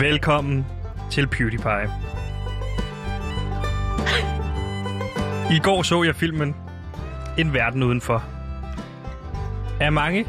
Velkommen til PewDiePie. I går så jeg filmen En verden udenfor. Er mange,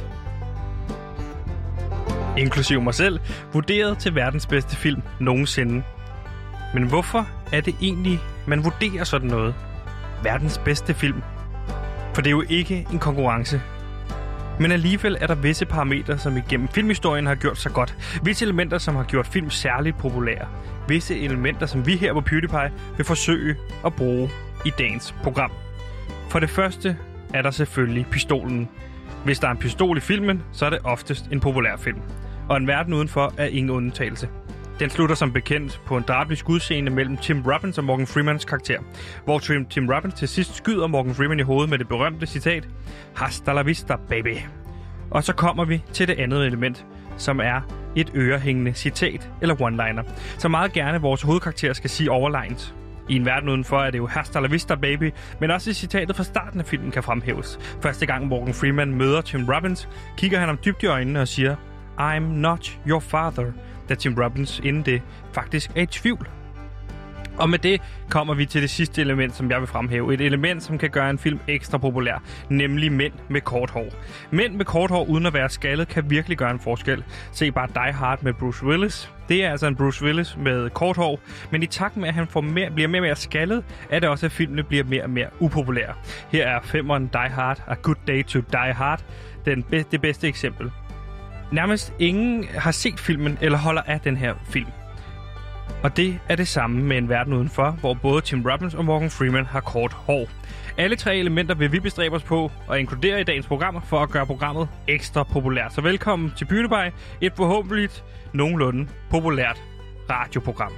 inklusive mig selv, vurderet til verdens bedste film nogensinde. Men hvorfor er det egentlig, man vurderer sådan noget? Verdens bedste film. For det er jo ikke en konkurrence. Men alligevel er der visse parametre, som igennem filmhistorien har gjort sig godt. Visse elementer, som har gjort film særligt populære. Visse elementer, som vi her på PewDiePie vil forsøge at bruge i dagens program. For det første er der selvfølgelig pistolen. Hvis der er en pistol i filmen, så er det oftest en populær film. Og En verden udenfor er ingen undtagelse. Den slutter som bekendt på en drabelig skudscene mellem Tim Robbins og Morgan Freemans karakter, hvor Tim Robbins til sidst skyder Morgan Freeman i hovedet med det berømte citat "Hasta la vista, baby". Og så kommer vi til det andet element, som er et ørehængende citat eller one-liner, som meget gerne vores hovedkarakter skal sige overlegent. I En verden udenfor er det jo "Hasta la vista, baby", men også citatet fra starten af filmen kan fremhæves. Første gang Morgan Freeman møder Tim Robbins, kigger han ham dybt i øjnene og siger "I'm not your father", da Tim Robbins inden det faktisk er i tvivl. Og med det kommer vi til det sidste element, som jeg vil fremhæve. Et element, som kan gøre en film ekstra populær, nemlig mænd med kort hår. Mænd med kort hår uden at være skaldet kan virkelig gøre en forskel. Se bare Die Hard med Bruce Willis. Det er altså en Bruce Willis med kort hår, men i takt med, at han bliver mere og mere skaldet, er det også, at filmene bliver mere og mere upopulære. Her er femmeren Die Hard, A Good Day to Die Hard, det bedste eksempel. Nærmest ingen har set filmen eller holder af den her film. Og det er det samme med En verden udenfor, hvor både Tim Robbins og Morgan Freeman har kort hår. Alle tre elementer vil vi bestræbe os på at inkludere i dagens programmer for at gøre programmet ekstra populært. Så velkommen til PewDiePie, et forhåbentlig nogenlunde populært radioprogram.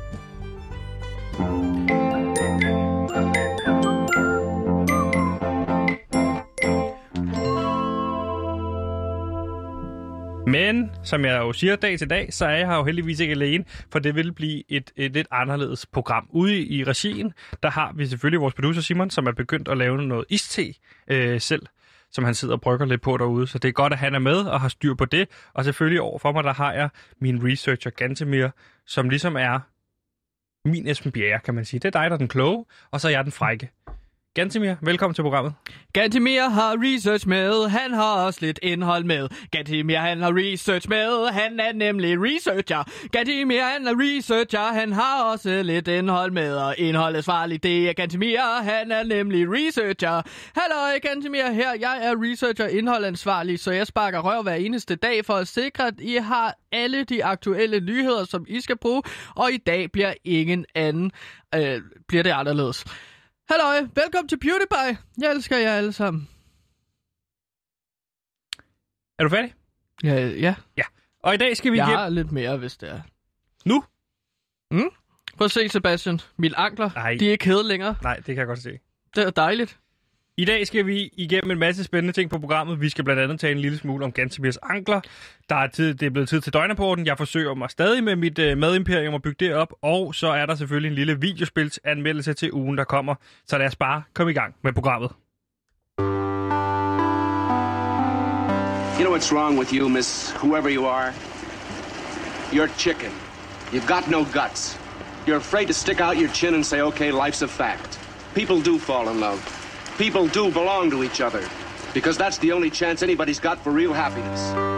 Men, som jeg jo siger dag til dag, så er jeg her jo heldigvis ikke alene, for det vil blive et lidt anderledes program. Ude i regien, der har vi selvfølgelig vores producer Simon, som er begyndt at lave noget iste selv, som han sidder og brygger lidt på derude. Så det er godt, at han er med og har styr på det. Og selvfølgelig overfor mig, der har jeg min researcher Gantemir, som ligesom er min Esben Bjerre, kan man sige. Det er dig, der er den kloge, og så er jeg den frække. Gantemir, velkommen til programmet. Gantemir har research med, han har også lidt indhold med. Gantemir, han har research med, han er nemlig researcher. Gantemir, han er researcher, han har også lidt indhold med. Og indholdsvarligt, det er Gantemir, han er nemlig researcher. Hallo, Gantemir her, jeg er researcher indholdansvarlig, så jeg sparker røv hver eneste dag for at sikre, at I har alle de aktuelle nyheder, som I skal bruge. Og i dag bliver bliver det anderledes. Hallo, velkommen til PewDiePie. Jeg elsker jer alle sammen. Er du færdig? Ja. Og i dag skal vi Jeg har lidt mere, hvis det er. Nu? Prøv at se, Sebastian. Mine ankler, Ej. de er ikke hede længere. Nej, det kan jeg godt se. Det er dejligt. I dag skal vi igennem en masse spændende ting på programmet. Vi skal blandt andet tale en lille smule om Gantemirs ankler. Det er blevet tid til døgnrapporten. Jeg forsøger mig stadig med mit madimperium at bygge det op. Og så er der selvfølgelig en lille videospilsanmeldelse til ugen, der kommer. Så lad os bare komme i gang med programmet. You know what's wrong with you, miss whoever you are? You're chicken. You've got no guts. You're afraid to stick out your chin and say, okay, life's a fact. People do fall in love. People do belong to each other. Because that's the only chance anybody's got for real happiness.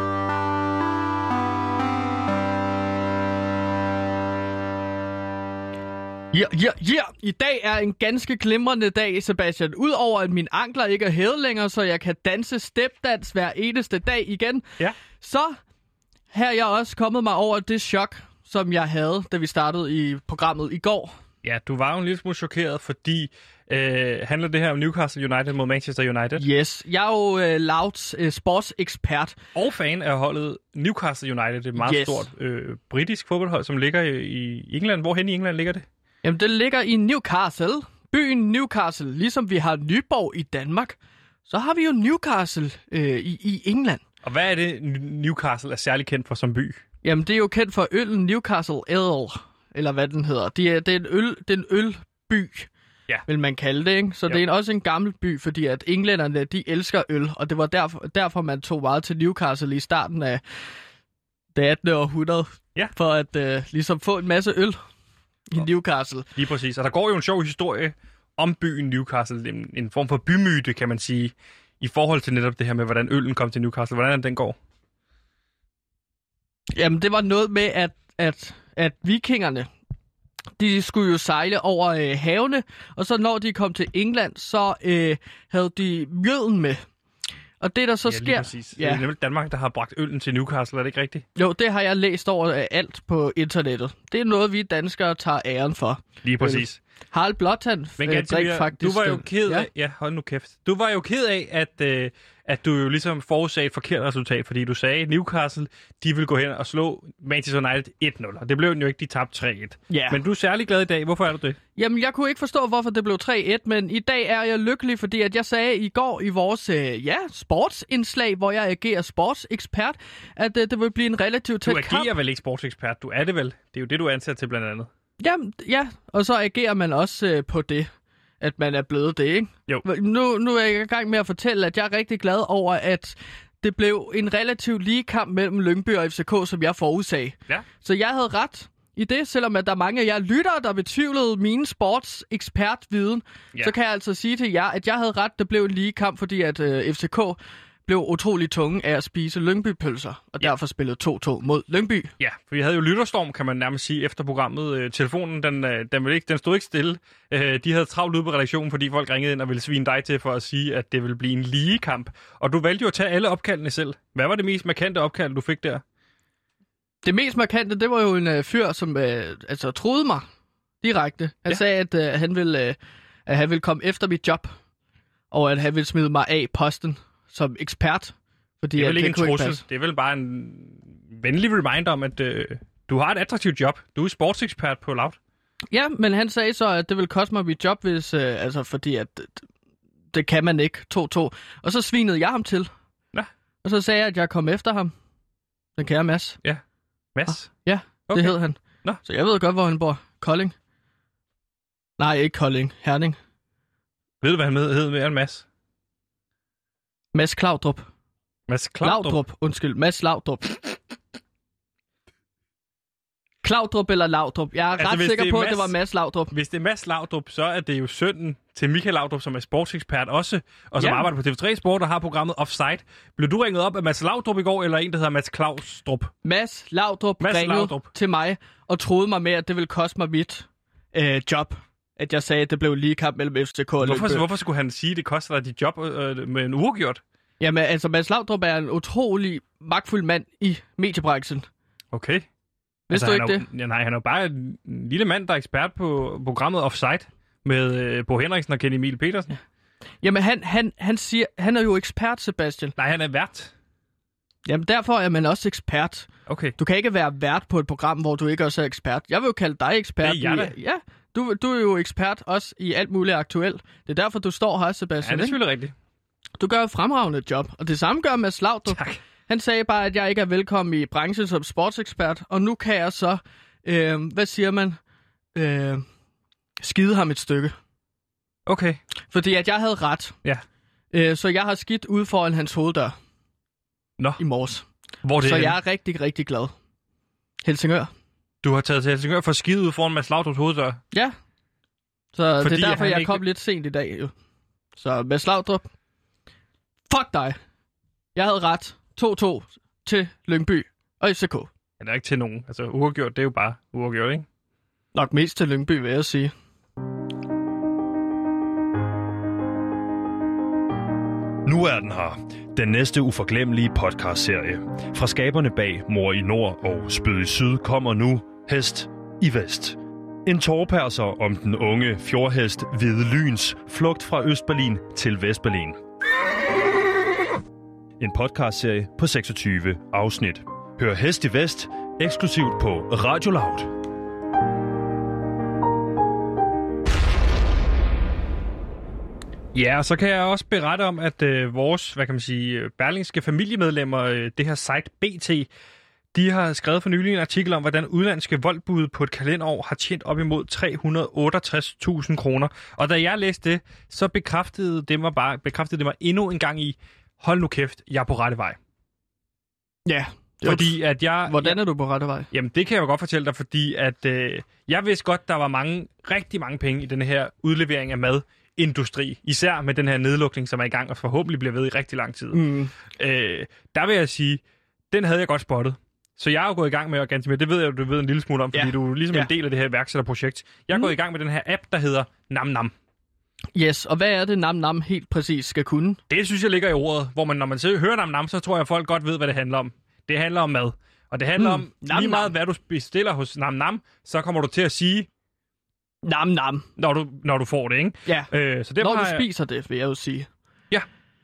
Ja. I dag er en ganske glimrende dag, Sebastian. Udover at mine ankler ikke er hævet længere, så jeg kan danse stepdans hver eneste dag igen. Ja. Så her er jeg også kommet mig over det chok, som jeg havde, da vi startede i programmet i går. Ja, du var jo en lille smule chokeret, fordi handler det her om Newcastle United mod Manchester United? Yes, jeg er jo Louds sportsekspert. Og fan af holdet Newcastle United, et meget stort britisk fodboldhold, som ligger i England. Hvorhen i England ligger det? Jamen, det ligger i Newcastle. Byen Newcastle. Ligesom vi har Nyborg i Danmark, så har vi jo Newcastle i England. Og hvad er det, Newcastle er særlig kendt for som by? Jamen, det er jo kendt for øllen Newcastle Ale, eller hvad den hedder. Det er en ølby, vil man kalde det, ikke? Så det er også en gammel by, fordi at englænderne, de elsker øl, og det var derfor man tog meget til Newcastle i starten af det 18. århundrede. for at ligesom få en masse øl i Newcastle. Lige præcis. Og der går jo en sjov historie om byen Newcastle. En form for bymyte, kan man sige, i forhold til netop det her med, hvordan øllen kom til Newcastle. Hvordan den går? Jamen, det var noget med, at vikingerne, de skulle jo sejle over havene, og så når de kom til England, så havde de mjøden med. Og det, der så sker... Præcis. Ja, det er nemlig Danmark, der har bragt øllen til Newcastle, er det ikke rigtigt? Jo, det har jeg læst over alt på internettet. Det er noget, vi danskere tager æren for. Lige præcis. Harald Blåtand faktisk... Du var jo ked af... Ja, hold nu kæft. Du var jo ked af, at du jo ligesom forudsagde et forkert resultat, fordi du sagde, at Newcastle, de ville gå hen og slå Manchester United 1-0. Og det blev jo ikke, de tabte 3-1. Ja. Men du er særlig glad i dag. Hvorfor er du det? Jamen, jeg kunne ikke forstå, hvorfor det blev 3-1, men i dag er jeg lykkelig, fordi at jeg sagde i går i vores sportsindslag, hvor jeg agerer sportsekspert, at det vil blive en relativt tæt kamp. Du agerer vel ikke sportsekspert? Du er det vel? Det er jo det, du ansætter til blandt andet. Jamen, ja, og så agerer man også på det, at man er blevet det, ikke? Jo. Nu er jeg i gang med at fortælle, at jeg er rigtig glad over, at det blev en relativt lige kamp mellem Lyngby og FCK, som jeg forudsagde. Ja. Så jeg havde ret i det, selvom at der er mange af jer lyttere, der betvivlede min sportsekspertviden. Ja. Så kan jeg altså sige til jer, at jeg havde ret, det blev en lige kamp, fordi at FCK blev utrolig tunge af at spise Lyngby-pølser, og derfor spillede 2-2 mod Lyngby. Ja, for vi havde jo lytterstorm, kan man nærmest sige, efter programmet. Telefonen, den stod ikke stille. De havde travlt ude på redaktionen, fordi folk ringede ind og ville svine dig til for at sige, at det ville blive en lige kamp. Og du valgte jo at tage alle opkaldene selv. Hvad var det mest markante opkald, du fik der? Det mest markante, det var jo en fyr, som troede mig direkte. Han sagde, at han ville komme efter mit job, og at han ville smide mig af posten som ekspert. Fordi det er vel ikke en trussel. Det er vel bare en venlig reminder om, at du har et attraktivt job. Du er sportsekspert på Loud. Ja, men han sagde så, at det ville koste mig mit job, hvis, fordi at det kan man ikke 2-2. Og så svinede jeg ham til. Ja. Og så sagde jeg, at jeg kom efter ham. Den kære Mads. Ja. Mads? Ja, okay. Det hed han. Nå. Så jeg ved godt, hvor han bor. Kolding. Nej, ikke Kolding. Herning. Ved du, hvad han hed med Mads? Mads Klaudrup. Mads Klaudrup? Undskyld, Mads Laudrup. Klaudrup eller Laudrup. Jeg er ret sikker på, at det var Mads Laudrup. Hvis det er Mads Laudrup, så er det jo sønnen til Michael Laudrup, som er sportsekspert også, og som arbejder på TV3 Sport og har programmet Offside. Blev du ringet op af Mads Laudrup i går, eller en, der hedder Mads Klaudrup? Mads Laudrup ringede til mig og troede mig med, at det ville koste mig mit job. At jeg sagde, at det blev lige kamp mellem FCK og Lyngby. Hvorfor skulle han sige, at det koster dig dit job med en uafgjort? Jamen, altså, Mads Laudrup er en utrolig magtfuld mand i mediebranchen. Okay. Vidste du ikke det? Nej, han er jo bare en lille mand, der er ekspert på programmet Offside med Bo Henriksen og Kenny Emil Petersen. Ja. Jamen, han siger, han er jo ekspert, Sebastian. Nej, han er vært. Jamen, derfor er man også ekspert. Okay. Du kan ikke være vært på et program, hvor du ikke også er ekspert. Jeg vil jo kalde dig ekspert. Det er jeg da. Ja, du er jo ekspert også i alt muligt aktuelt. Det er derfor, du står her, Sebastian. Ja, det er selvfølgelig rigtigt. Du gør et fremragende job, og det samme gør Mads Laudrup. Tak. Han sagde bare, at jeg ikke er velkommen i branchen som sportsekspert, og nu kan jeg så, hvad siger man, skide ham et stykke. Okay. Fordi at jeg havde ret. Ja. Så jeg har skidt ude foran hans hoveddør. Nå. I morges. Hvor det så jeg er rigtig, rigtig glad. Helsingør. Du har taget til Helsingør for at skide ud foran Mads Laudrups hoveddør? Ja. Så fordi det er derfor, jeg kom lidt sent i dag. Jo. Så Mads Laudrup, fuck dig. Jeg havde ret. 2-2 til Lyngby og FCK. Det er ikke til nogen. Altså uafgjort, det er jo bare uafgjort, ikke? Nok mest til Lyngby, vil jeg sige. Nu er den her. Den næste uforglemmelige podcastserie. Fra skaberne bag Mor i Nord og Spød i Syd kommer nu Hest i Vest. En tårperser om den unge fjordhest Hvide Lyns flugt fra Østberlin til Vestberlin. En podcastserie på 26 afsnit. Hør Hest i Vest eksklusivt på Radio Loud. Ja, og så kan jeg også berette om, at vores, berlingske familiemedlemmer, det her site BT, de har skrevet for nylig en artikel om, hvordan udenlandske voldbud på et kalenderår har tjent op imod 368.000 kroner. Og da jeg læste det, så bekræftede det mig endnu en gang i, hold nu kæft, jeg er på rette vej. Ja, Fordi at jeg... Hvordan er du på rette vej? Jamen, det kan jeg jo godt fortælle dig, fordi at jeg vidste godt, der var rigtig mange penge i den her udlevering af madindustri. Især med den her nedlukning, som er i gang og forhåbentlig bliver ved i rigtig lang tid. Der vil jeg sige, den havde jeg godt spottet. Så jeg er jo gået i gang med, og Gantemir, det ved jeg, du ved en lille smule om, fordi du er ligesom en del af det her iværksætterprojekt. Jeg er gået i gang med den her app, der hedder NamNam. Yes, og hvad er det NamNam helt præcis skal kunne? Det synes jeg ligger i ordet, hvor man, når man hører NamNam, så tror jeg, at folk godt ved, hvad det handler om. Det handler om mad. Og det handler om lige meget, hvad du bestiller hos NamNam, så kommer du til at sige... NamNam. Når du får det, ikke? Ja, så når du spiser det, vil jeg jo sige. Ja.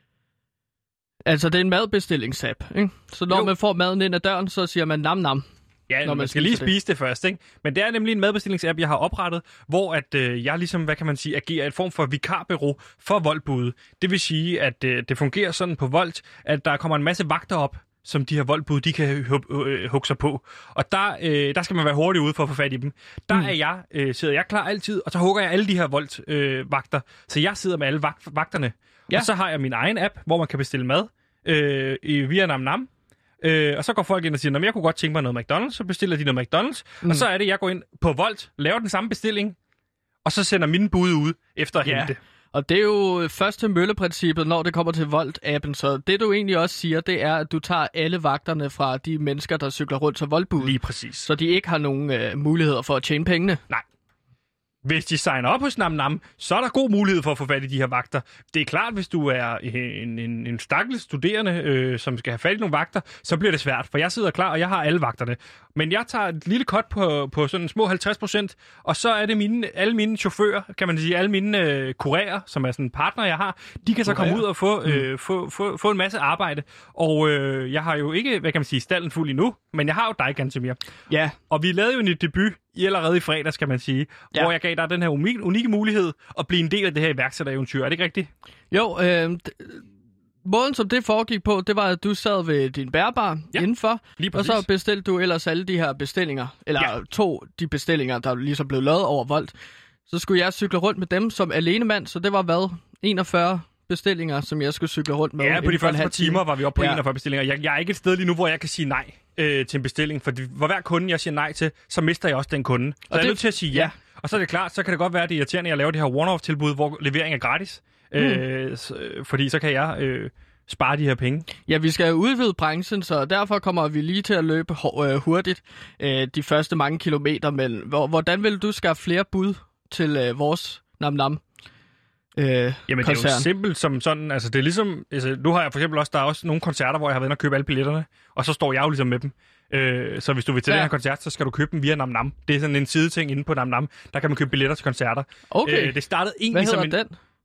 Altså, det er en madbestillingsapp, ikke? Så når man får maden ind ad døren, så siger man NamNam. Ja, når man skal lige spise det først, ikke? Men det er nemlig en madbestillingsapp, jeg har oprettet, hvor at jeg ligesom, hvad kan man sige, agerer et form for vikarbureau for Wolt-bude. Det vil sige, at det fungerer sådan på Wolt, at der kommer en masse vagter op, som de her Wolt-bud, de kan hugge sig på. Og der skal man være hurtig ude for at få fat i dem. Sidder jeg klar altid, og så hugger jeg alle de her Wolt-vagter. Så jeg sidder med alle vagterne. Ja. Og så har jeg min egen app, hvor man kan bestille mad via NamNam. Og så går folk ind og siger, jeg kunne godt tænke mig noget McDonald's, så bestiller de noget McDonald's. Og så er det, jeg går ind på Wolt, laver den samme bestilling, og så sender mine bud ud efter at hente det. Og det er jo første mølleprincippet, når det kommer til Wolt-appen. Så det, du egentlig også siger, det er, at du tager alle vagterne fra de mennesker, der cykler rundt til Wolt-bud. Lige præcis. Så de ikke har nogen muligheder for at tjene pengene. Nej. Hvis de signer op hos NamNam, så er der god mulighed for at få fat i de her vagter. Det er klart, hvis du er en stakkels studerende, som skal have fat i nogle vagter, så bliver det svært, for jeg sidder klar, og jeg har alle vagterne. Men jeg tager et lille cut på sådan små 50%, og så er det alle mine chauffører, kan man sige, alle mine kurerer, som er sådan partner, jeg har, de kan så komme ud og få en masse arbejde. Og jeg har jo ikke, hvad kan man sige, stallen fuld endnu, men jeg har jo dig, Gantemir. Ja. Og vi lavede jo en debut allerede i fredags, kan man sige, hvor jeg gav dig den her unikke mulighed at blive en del af det her iværksættereventyr. Er det ikke rigtigt? Jo, måden som det foregik på, det var, at du sad ved din bærbar indenfor, og så bestilte du ellers alle de her bestillinger, eller de bestillinger, der ligesom blev lavet over Wolt. Så skulle jeg cykle rundt med dem som alenemand, så det var 41 bestillinger, som jeg skulle cykle rundt med. Ja, på de første par timer var vi oppe på 41 bestillinger. Jeg er ikke et sted lige nu, hvor jeg kan sige nej til en bestilling, for hver kunde, jeg siger nej til, så mister jeg også den kunde. Så jeg er nødt til at sige ja. Og så er det klart, så kan det godt være, at det er irriterende, at jeg laver det her one-off-tilbud, hvor levering er gratis. Fordi så kan jeg spare de her penge. Ja, vi skal udvide branchen, så derfor kommer vi lige til at løbe hurtigt de første mange kilometer. Men hvordan vil du skaffe flere bud til vores NamNam? Jamen det er jo simpelt som sådan, altså det er ligesom, nu har jeg for eksempel også, der er også nogle koncerter, hvor jeg har været inde og købe alle billetterne, og så står jeg jo ligesom med dem. Så hvis du vil til den her koncert, så skal du købe dem via NamNam. Det er sådan en sideting inde på NamNam, der kan man købe billetter til koncerter. Okay. Det startede egentlig som den?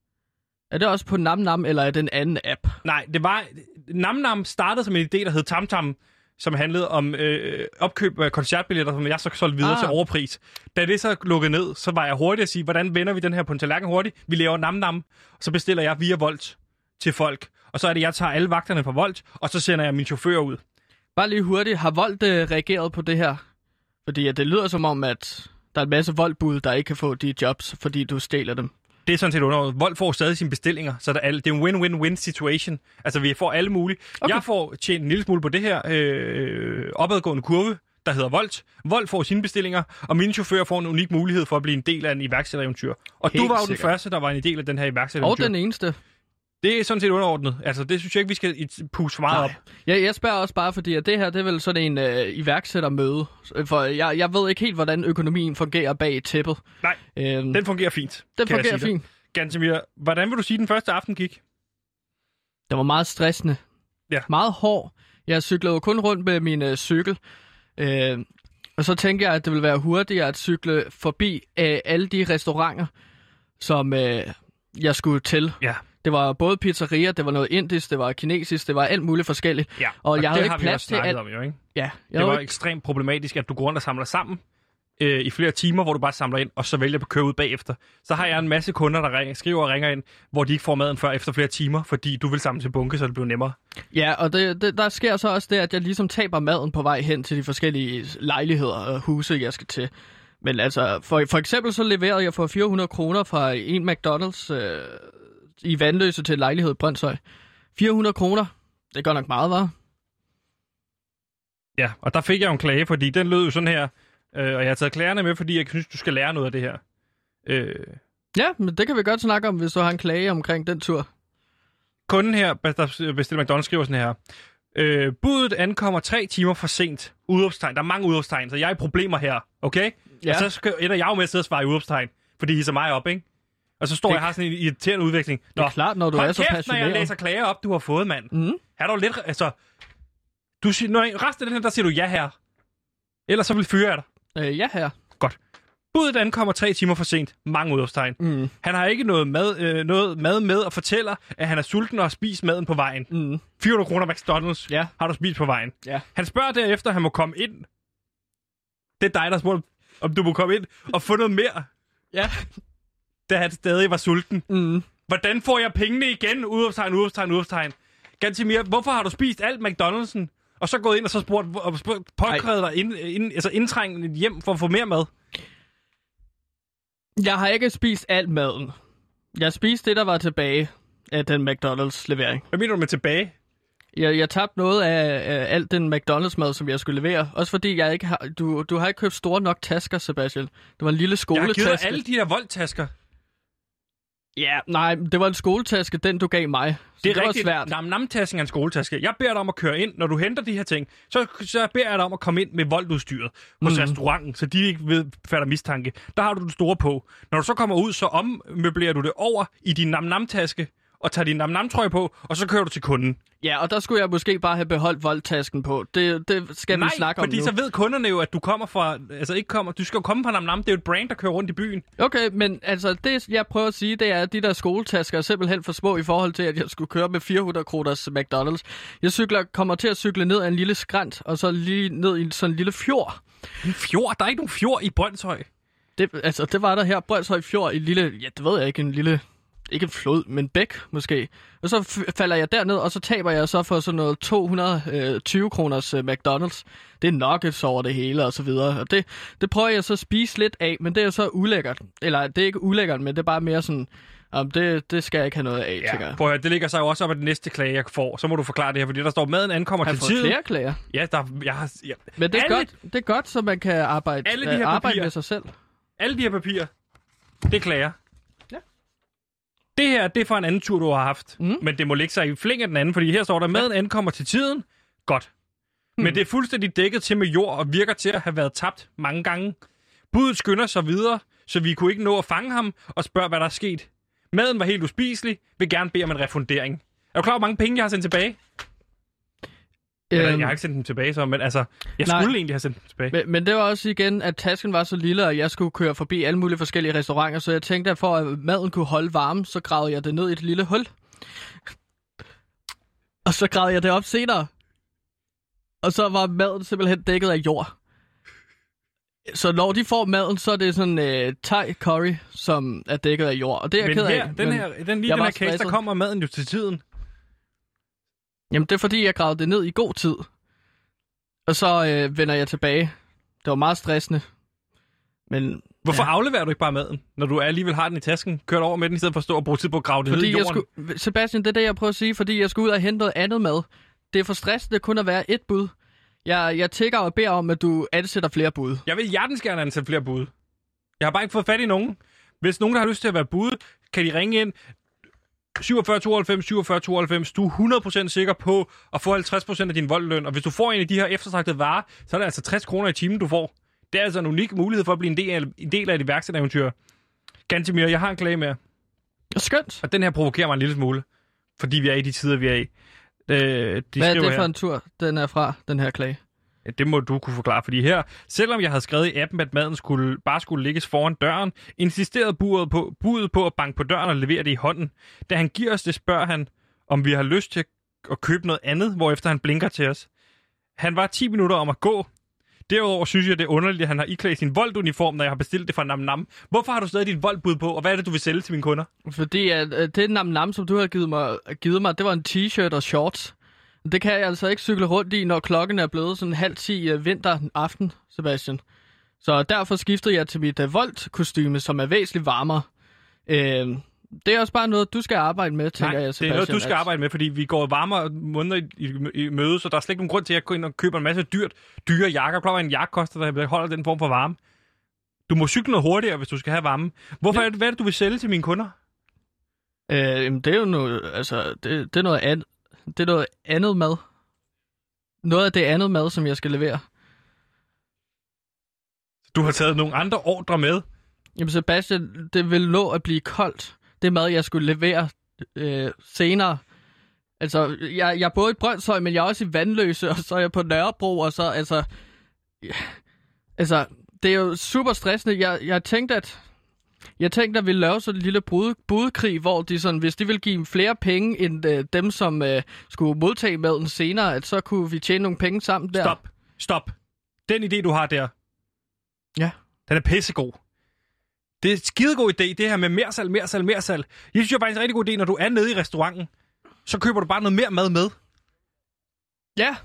Er det også på NamNam, eller er det en anden app? Nej, NamNam startede som en idé, der hed TamTam, som handlede om opkøb af koncertbilletter, som jeg så solgte videre til overpris. Da det så lukkede ned, så var jeg hurtig at sige, hvordan vender vi den her på en tallerken hurtigt? Vi laver NamNam, og så bestiller jeg via Wolt til folk. Og så er det, jeg tager alle vagterne fra Wolt, og så sender jeg min chauffør ud. Bare lige hurtigt, har Wolt reageret på det her? Fordi det lyder som om, at der er en masse Wolt-bud, der ikke kan få de jobs, fordi du stjæler dem. Det er sådan set underordnet. Wolt får stadig sine bestillinger, så det er en win-win-win situation. Altså, vi får alle mulige. Okay. Jeg får tjent en lille smule på det her opadgående kurve, der hedder Wolt. Wolt får sine bestillinger, og mine chauffører får en unik mulighed for at blive en del af en iværksættereventyr. Og helt du var jo den første, der var en del af den her iværksættereventyr. Og den eneste. Det er sådan set underordnet. Altså, det synes jeg ikke, vi skal puste for meget op. Ja, jeg spørger også bare, fordi at det her, det er vel sådan en iværksættermøde. For jeg ved ikke helt, hvordan økonomien fungerer bag tæppet. Nej, den fungerer fint. Den fungerer fint. Gantemir, hvordan vil du sige, den første aften gik? Det var meget stressende. Ja. Meget hård. Jeg cyklede jo kun rundt med min cykel. Og så tænkte jeg, at det ville være hurtigere at cykle forbi alle de restauranter, som jeg skulle til. Ja. Det var både pizzeria, det var noget indisk, det var kinesisk, det var alt muligt forskelligt. Ja, og jeg havde det ikke plads til alt. Om, jo, ikke? Ja, det var ekstremt problematisk, at du går rundt og samler sammen i flere timer, hvor du bare samler ind, og så vælger at køre ud bagefter. Så har jeg en masse kunder, der skriver og ringer ind, hvor de ikke får maden før efter flere timer, fordi du vil samle til bunke, så det bliver nemmere. Ja, og der sker så også det, at jeg ligesom taber maden på vej hen til de forskellige lejligheder og huse, jeg skal til. Men altså, for eksempel så leverede jeg for 400 kroner fra en McDonald's i Vandløse til lejlighed i Brøndshøj. 400 kroner. Det gør nok meget, hva'? Ja, og der fik jeg jo en klage, fordi den lød jo sådan her. Og jeg har taget klagerne med, fordi jeg synes, du skal lære noget af det her. Ja, men det kan vi godt snakke om, hvis du har en klage omkring den tur. Kunden her, der bestiller McDonald's, skriver sådan her. Budet ankommer 3 timer for sent. Udopstegn. Der er mange udopstegn, så jeg er i problemer her. Okay? Ja. Og så ender jeg jo med at sidde og svare i udopstegn, fordi I hisser mig op, ikke? Og så står jeg og har sådan en irriterende udvikling. Det er klart, når du er så passioneret. Når jeg læser klager op, du har fået, mand. Mm. Er du lidt... Altså... Du siger, når resten af den her, der siger du ja her. Ellers så vil fyre jeg dig. Ja her. Godt. Budet ankommer 3 timer for sent. Mange udopstegn. Mm. Han har ikke noget mad med og fortæller, at han er sulten og har spist maden på vejen. Mm. 400 kroner McDonald's har du spist på vejen. Ja. Han spørger derefter, at han må komme ind. Det er dig, der spurgte, om du må komme ind og få noget mere. Ja. Da han stadig var sulten. Mm. Hvordan får jeg pengene igen? Udopstegn. Gantimir, hvorfor har du spist alt McDonald'sen? Og så gået ind og så påkrævet dig indtrængende hjem for at få mere mad? Jeg har ikke spist alt maden. Jeg spiste det, der var tilbage af den McDonald's-levering. Hvad mener du med tilbage? Jeg tabte noget af alt den McDonald's-mad, som jeg skulle levere. Også fordi jeg ikke har... Du har ikke købt store nok tasker, Sebastian. Det var en lille skoletaske. Jeg har givet alle de der voldtasker. Ja, nej, det var en skoletaske, den du gav mig. Det var svært. Nam-nam-tasken er en skoletaske. Jeg beder dig om at køre ind, når du henter de her ting. Så beder jeg dig om at komme ind med voldudstyret hos restauranten, så de ikke fatter mistanke. Der har du den store på. Når du så kommer ud, så ommøblerer du det over i din nam-nam-taske, og tager din nam-nam-trøje på, og så kører du til kunden. Ja, og der skulle jeg måske bare have beholdt voldtasken på. Det skal vi snakke om nu. Nej, fordi så ved kunderne jo, at du kommer fra... Altså ikke kommer... Du skal jo komme fra nam-nam. Det er jo et brand, der kører rundt i byen. Okay, men altså det, jeg prøver at sige, det er, at de der skoletasker er simpelthen for små i forhold til, at jeg skulle køre med 400 kroners McDonald's. Jeg kommer til at cykle ned ad en lille skrænt, og så lige ned i sådan en lille fjord. En fjord? Der er ikke nogen fjord i Brønshøj. Det var der her. Brønshøj Fjord i lille... Ja, det ved jeg ikke. En lille... Ikke en flod, men bæk måske. Og så falder jeg derned, og så taber jeg så for sådan noget 220 kroners McDonald's. Det er nuggets over det hele, og så videre. Og det prøver jeg så at spise lidt af, men det er jo så ulækkert. Eller det er ikke ulækkert, men det er bare mere sådan... Det skal jeg ikke have noget af, tænker jeg. Prøv at høre, det ligger sig jo også op af den næste klage, jeg får. Så må du forklare det her, fordi der står, maden ankommer til tiden. Har flere klager? Ja, Men det er godt, så man kan arbejde med sig selv. Alle de her papirer, det er klager. Ja. Det her, det er fra en anden tur, du har haft. Men det må ligge sig i flæng af den anden, fordi her står der, maden ankommer til tiden. Godt. Men det er fuldstændig dækket til med jord og virker til at have været tabt mange gange. Budet skynder sig videre, så vi kunne ikke nå at fange ham og spørge, hvad der er sket. Maden var helt uspiselig, vil gerne bede om en refundering. Er du klar, hvor mange penge jeg har sendt tilbage? Jeg har ikke sendt dem tilbage, så, men altså, jeg skulle egentlig have sendt dem tilbage. Men det var også igen, at tasken var så lille, og jeg skulle køre forbi alle mulige forskellige restauranter, så jeg tænkte, at for at maden kunne holde varme, så gravede jeg det ned i et lille hul. Og så gravede jeg det op senere. Og så var maden simpelthen dækket af jord. Så når de får maden, så er det sådan thai curry, som er dækket af jord. Og det er jeg ked af. Den her case, der kommer maden jo til tiden. Jamen, det er fordi, jeg gravede det ned i god tid. Og så vender jeg tilbage. Det var meget stressende. Men hvorfor afleverer du ikke bare maden, når du alligevel har den i tasken? Kører over med den, i stedet for at stå og bruge tid på at grave det ned i jorden? Sebastian, det er det, jeg prøver at sige, fordi jeg skulle ud og hente noget andet mad. Det er for stressende kun at være et bud. Jeg tigger og beder om, at du ansætter flere bud. Jeg vil hjertens gerne ansætte flere bud. Jeg har bare ikke fået fat i nogen. Hvis nogen, der har lyst til at være bud, kan de ringe ind 47 92 47 92. Du er 100% sikker på at få 50% af din voldløn. Og hvis du får en af de her eftertragtede varer, så er det altså 60 kroner i timen, du får. Det er altså en unik mulighed for at blive en del af et iværksættereventyr. Gantimir, jeg har en klage med. Skønt. Og den her provokerer mig en lille smule, fordi vi er i de tider, vi er i. Hvad er det for en tur, den er fra, den her klage? Ja, det må du kunne forklare, fordi her, selvom jeg havde skrevet i appen, at maden bare skulle lægges foran døren, insisterede budet på at banke på døren og levere det i hånden. Da han giver os det, spørger han, om vi har lyst til at købe noget andet, hvorefter han blinker til os. Han var 10 minutter om at gå. Derudover synes jeg, det er underligt, at han har iklædt sin volduniform, når jeg har bestilt det fra Nam Nam. Hvorfor har du stadig dit voldbud på, og hvad er det, du vil sælge til mine kunder? Fordi det Nam Nam, som du har givet mig, det var en t-shirt og shorts. Det kan jeg altså ikke cykle rundt i, når klokken er blevet sådan 9:30 vinteraften, Sebastian. Så derfor skiftede jeg til mit Volt-kostyme, som er væsentligt varmere. Det er også bare noget, du skal arbejde med, tænker jeg, Sebastian. Det er noget, du skal arbejde med, fordi vi går varmere måneder i møde, så der er slet ikke nogen grund til, at jeg går ind og køber en masse dyre jakker. Klar, en jakke koster, der holder den form for varme. Du må cykle noget hurtigere, hvis du skal have varme. Hvad er det, du vil sælge til mine kunder? Det er jo noget, altså, det er noget andet. Det er noget andet mad. Noget af det andet mad, som jeg skal levere. Du har taget nogle andre ordre med? Jamen Sebastian, det vil nå at blive koldt. Det mad, jeg skulle levere senere. Altså, jeg er både i Brønshøj, men jeg er også i Vandløse, og så er jeg på Nørrebro, og så, altså, det er jo super stressende. Jeg tænkte, at vi lave sådan en lille budkrig, hvor de sådan, hvis de vil give flere penge end dem, som skulle modtage maden senere, at så kunne vi tjene nogle penge sammen der. Stop. Den idé, du har der, ja, den er pissegod. Det er en skidegod idé, det her med mere salg. Jeg synes jo faktisk en rigtig god idé, når du er nede i restauranten, så køber du bare noget mere mad med. Ja.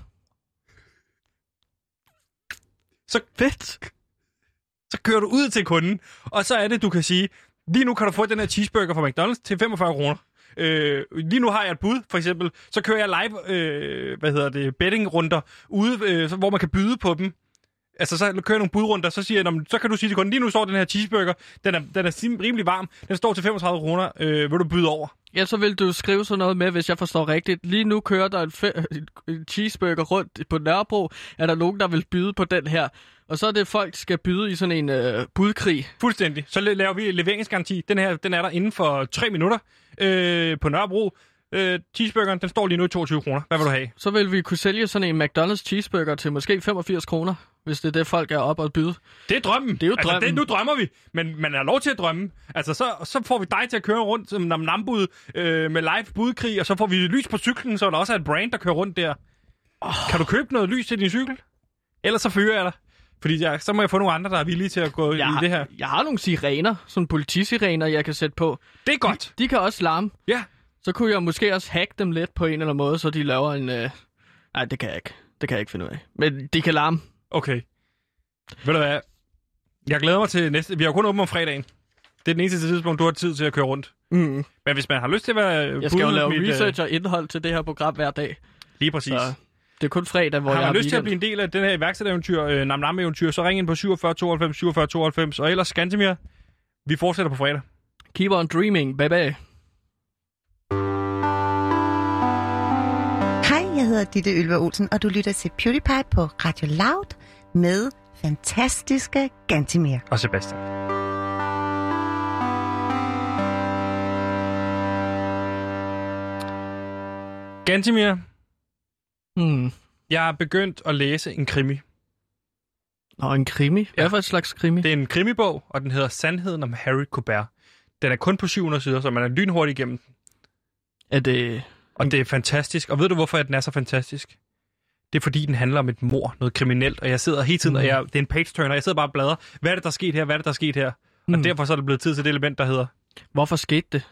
Så fedt. Så kører du ud til kunden, og så er det, du kan sige, lige nu kan du få den her cheeseburger fra McDonald's til 45 kroner. Lige nu har jeg et bud, for eksempel. Så kører jeg live, bettingrunder ude, hvor man kan byde på dem. Altså, så kører jeg nogle budrunder, så siger jeg, så kan du sige til kunden, lige nu står den her cheeseburger, den er rimelig varm, den står til 35 kroner, vil du byde over? Ja, så vil du skrive sådan noget med, hvis jeg forstår rigtigt. Lige nu kører der en cheeseburger rundt på Nørrebro, er der nogen, der vil byde på den her. Og så er det, folk skal byde i sådan en budkrig. Fuldstændig. Så laver vi leveringsgaranti. Den er der inden for 3 minutter på Nørrebro. Cheeseburgeren, den står lige nu i 22 kroner. Hvad vil du have? Så vil vi kunne sælge sådan en McDonald's cheeseburger til måske 85 kroner, hvis det er det, folk er op og byde. Det er drømmen. Det er jo drømmen. Nu drømmer vi, men man har lov til at drømme. Altså, så får vi dig til at køre rundt som nambud med live budkrig, og så får vi lys på cyklen, så der også er et brand, der kører rundt der. Kan du købe noget lys til din cykel? Ellers så fyrer jeg dig. Fordi så må jeg få nogle andre, der er villige til at gå i det her. Jeg har nogle sirener, sådan politisirener, jeg kan sætte på. Det er godt. De kan også larme. Ja. Så kunne jeg måske også hacke dem lidt på en eller anden måde, så de laver en... Nej, det kan jeg ikke. Det kan jeg ikke finde ud af. Men de kan larme. Okay. Ved du hvad? Jeg glæder mig til næste... Vi har kun åbent om fredagen. Det er den eneste tidspunkt, du har tid til at køre rundt. Mm. Men hvis man har lyst til at være... Jeg skal jo lave research og indhold til det her program hver dag. Lige præcis. Så det er kun fredag, hvor jeg har lyst til at blive en del af den her iværksættereventyr, Nam-Nam-eventyr, så ring ind på 47 92 47 92. Og ellers, Gantemir, vi fortsætter på fredag. Keep on dreaming, baby. Hej, jeg hedder Ditte Ylva Olsen, og du lytter til PewDiePie på Radio Loud med fantastiske Gantemir. Og Sebastian. Gantemir. Jeg er begyndt at læse en krimi. Nå, en krimi? Hvad for et slags krimi? Det er en krimibog, og den hedder Sandheden om Harry Quebert. Den er kun på 700 sider, så man er lynhurtigt igennem den. Er det... Og det er fantastisk. Og ved du, hvorfor den er så fantastisk? Det er, fordi den handler om et mord, noget kriminelt, og jeg sidder hele tiden, og det er en page-turner, jeg sidder bare og bladrer. Hvad er det, der er sket her? Hvad er det, der er sket her? Og derfor så er det blevet tid til det element, der hedder... Hvorfor skete det?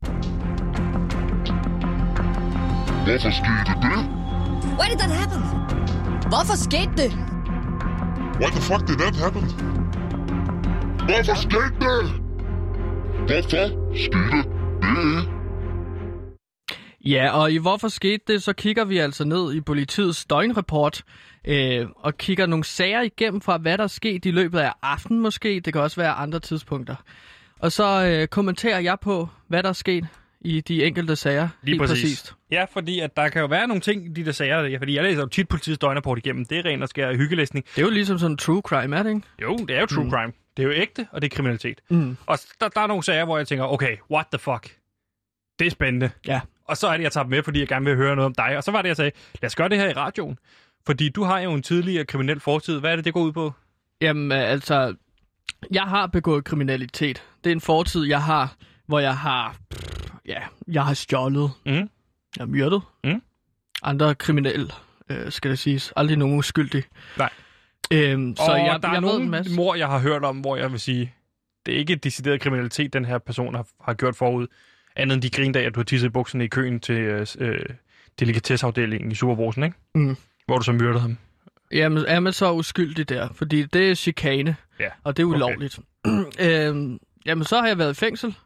Hvorfor skete det? Why did that happen? Hvorfor skete det? Why the fuck did that happen? Hvorfor skete det? Hvorfor skete det? Ja, og i Hvorfor skete det, så kigger vi altså ned i politiets døgnrapport og kigger nogle sager igennem fra, hvad der er sket i løbet af aftenen måske. Det kan også være andre tidspunkter. Og så kommenterer jeg på, hvad der er sket i de enkelte sager. Lige præcist. Ja, fordi at der kan jo være nogle ting i de der sager, fordi jeg læser jo tit politiets døgnrapport igennem. Det er ren og skær hyggelæsning. Det er jo ligesom sådan true crime, er det ikke? Jo, det er jo true crime. Det er jo ægte, og det er kriminalitet. Og der er nogle sager, hvor jeg tænker, okay, what the fuck? Det er spændende. Ja. Og så er det, jeg tager dem med, fordi jeg gerne vil høre noget om dig. Og så var det, jeg sagde, lad os gøre det her i radioen. Fordi du har jo en tidligere kriminel fortid. Hvad er det går ud på? Jamen, altså, jeg har begået kriminalitet. Det er en fortid, jeg har, hvor jeg har, jeg har stjålet. Jeg har myrdet. Andre kriminelle, skal det siges. Aldrig nogen uskyldig. Nej. Så der er nogle mord, jeg har hørt om, hvor jeg vil sige, det er ikke decideret kriminalitet, den her person har gjort forud. Andet end de griner af, at du har tisset i bukserne i køen til delikatesseafdelingen i Superbrugsen, ikke? Hvor du så myrdede ham. Jamen, er man så uskyldig der? Fordi det er chikane, og det er ulovligt. Okay. Jamen, så har jeg været i fængsel,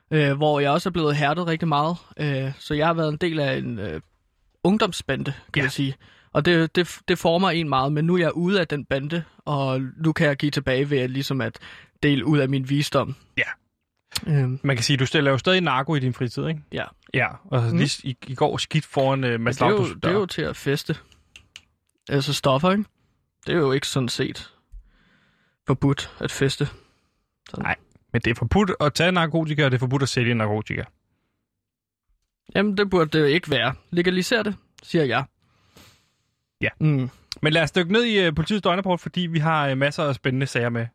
hvor jeg også er blevet hærdet rigtig meget. Så jeg har været en del af en ungdomsbande, kan jeg sige. Og det former en meget, men nu er jeg ude af den bande, og nu kan jeg give tilbage ved ligesom at dele ud af min visdom. Ja. Man kan sige, at du stiller jo stadig narko i din fritid, ikke? Ja. Ja, og lige i går skidt foran Mads Laudrups dør. Det er jo til at feste. Altså stoffer, ikke? Det er jo ikke sådan set forbudt at feste. Sådan. Nej, men det er forbudt at tage narkotika, og det er forbudt at sælge narkotika. Jamen, det burde det ikke være. Legaliser det, siger jeg. Ja. Men lad os dykke ned i politiets døgnrapport, fordi vi har masser af spændende sager med.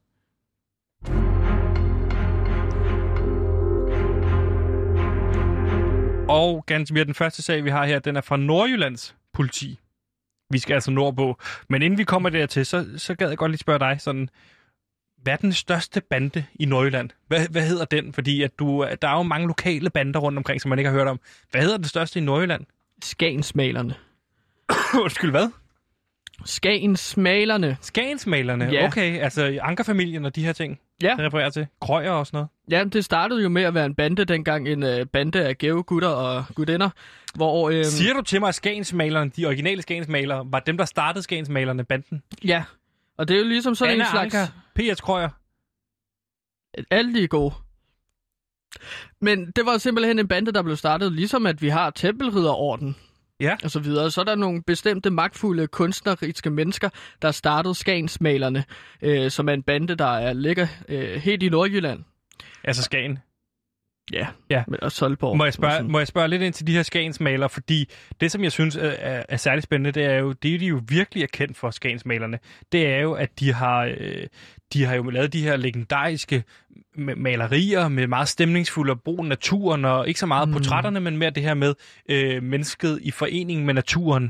Og ganske mere den første sag, vi har her, den er fra Nordjyllands politi. Vi skal altså nordpå. Men inden vi kommer dertil, så gad jeg godt lige spørge dig sådan, hvad er den største bande i Nordjylland? Hvad hedder den? Fordi at der er jo mange lokale bander rundt omkring, som man ikke har hørt om. Hvad hedder den største i Nordjylland? Skagensmalerne. Undskyld, hvad? Skagensmalerne. Skagensmalerne? Ja. Okay, altså Ankerfamilien og de her ting, Ja. det refererer til. Krøjer og sådan noget. Ja, det startede jo med at være en bande dengang, en bande af gæve gutter og gutinder, hvor... Siger du til mig, at Skagensmalerne, de originale Skagensmalere, var dem, der startede Skagensmalerne, banden? Ja, og det er jo ligesom sådan Anna en slags... Anker, P.S. Krøjer. Alle de er gode. Men det var simpelthen en bande, der blev startet, ligesom at vi har Tempelridderorden. Ja. Og så videre. Så er der nogle bestemte magtfulde kunstneriske mennesker, der startede Skagensmalerne, som er en bande, der ligger helt i Nordjylland. Altså Skagen. Ja, Ja. og Solborg. Må jeg spørge lidt ind til de her Skagensmalere, fordi det, som jeg synes er særlig spændende, det er jo, det de jo virkelig er kendt for, Skagensmalerne, det er jo, at de har jo lavet de her legendariske malerier med meget stemningsfulde og brugen naturen, og ikke så meget portrætterne, men mere det her med mennesket i forening med naturen.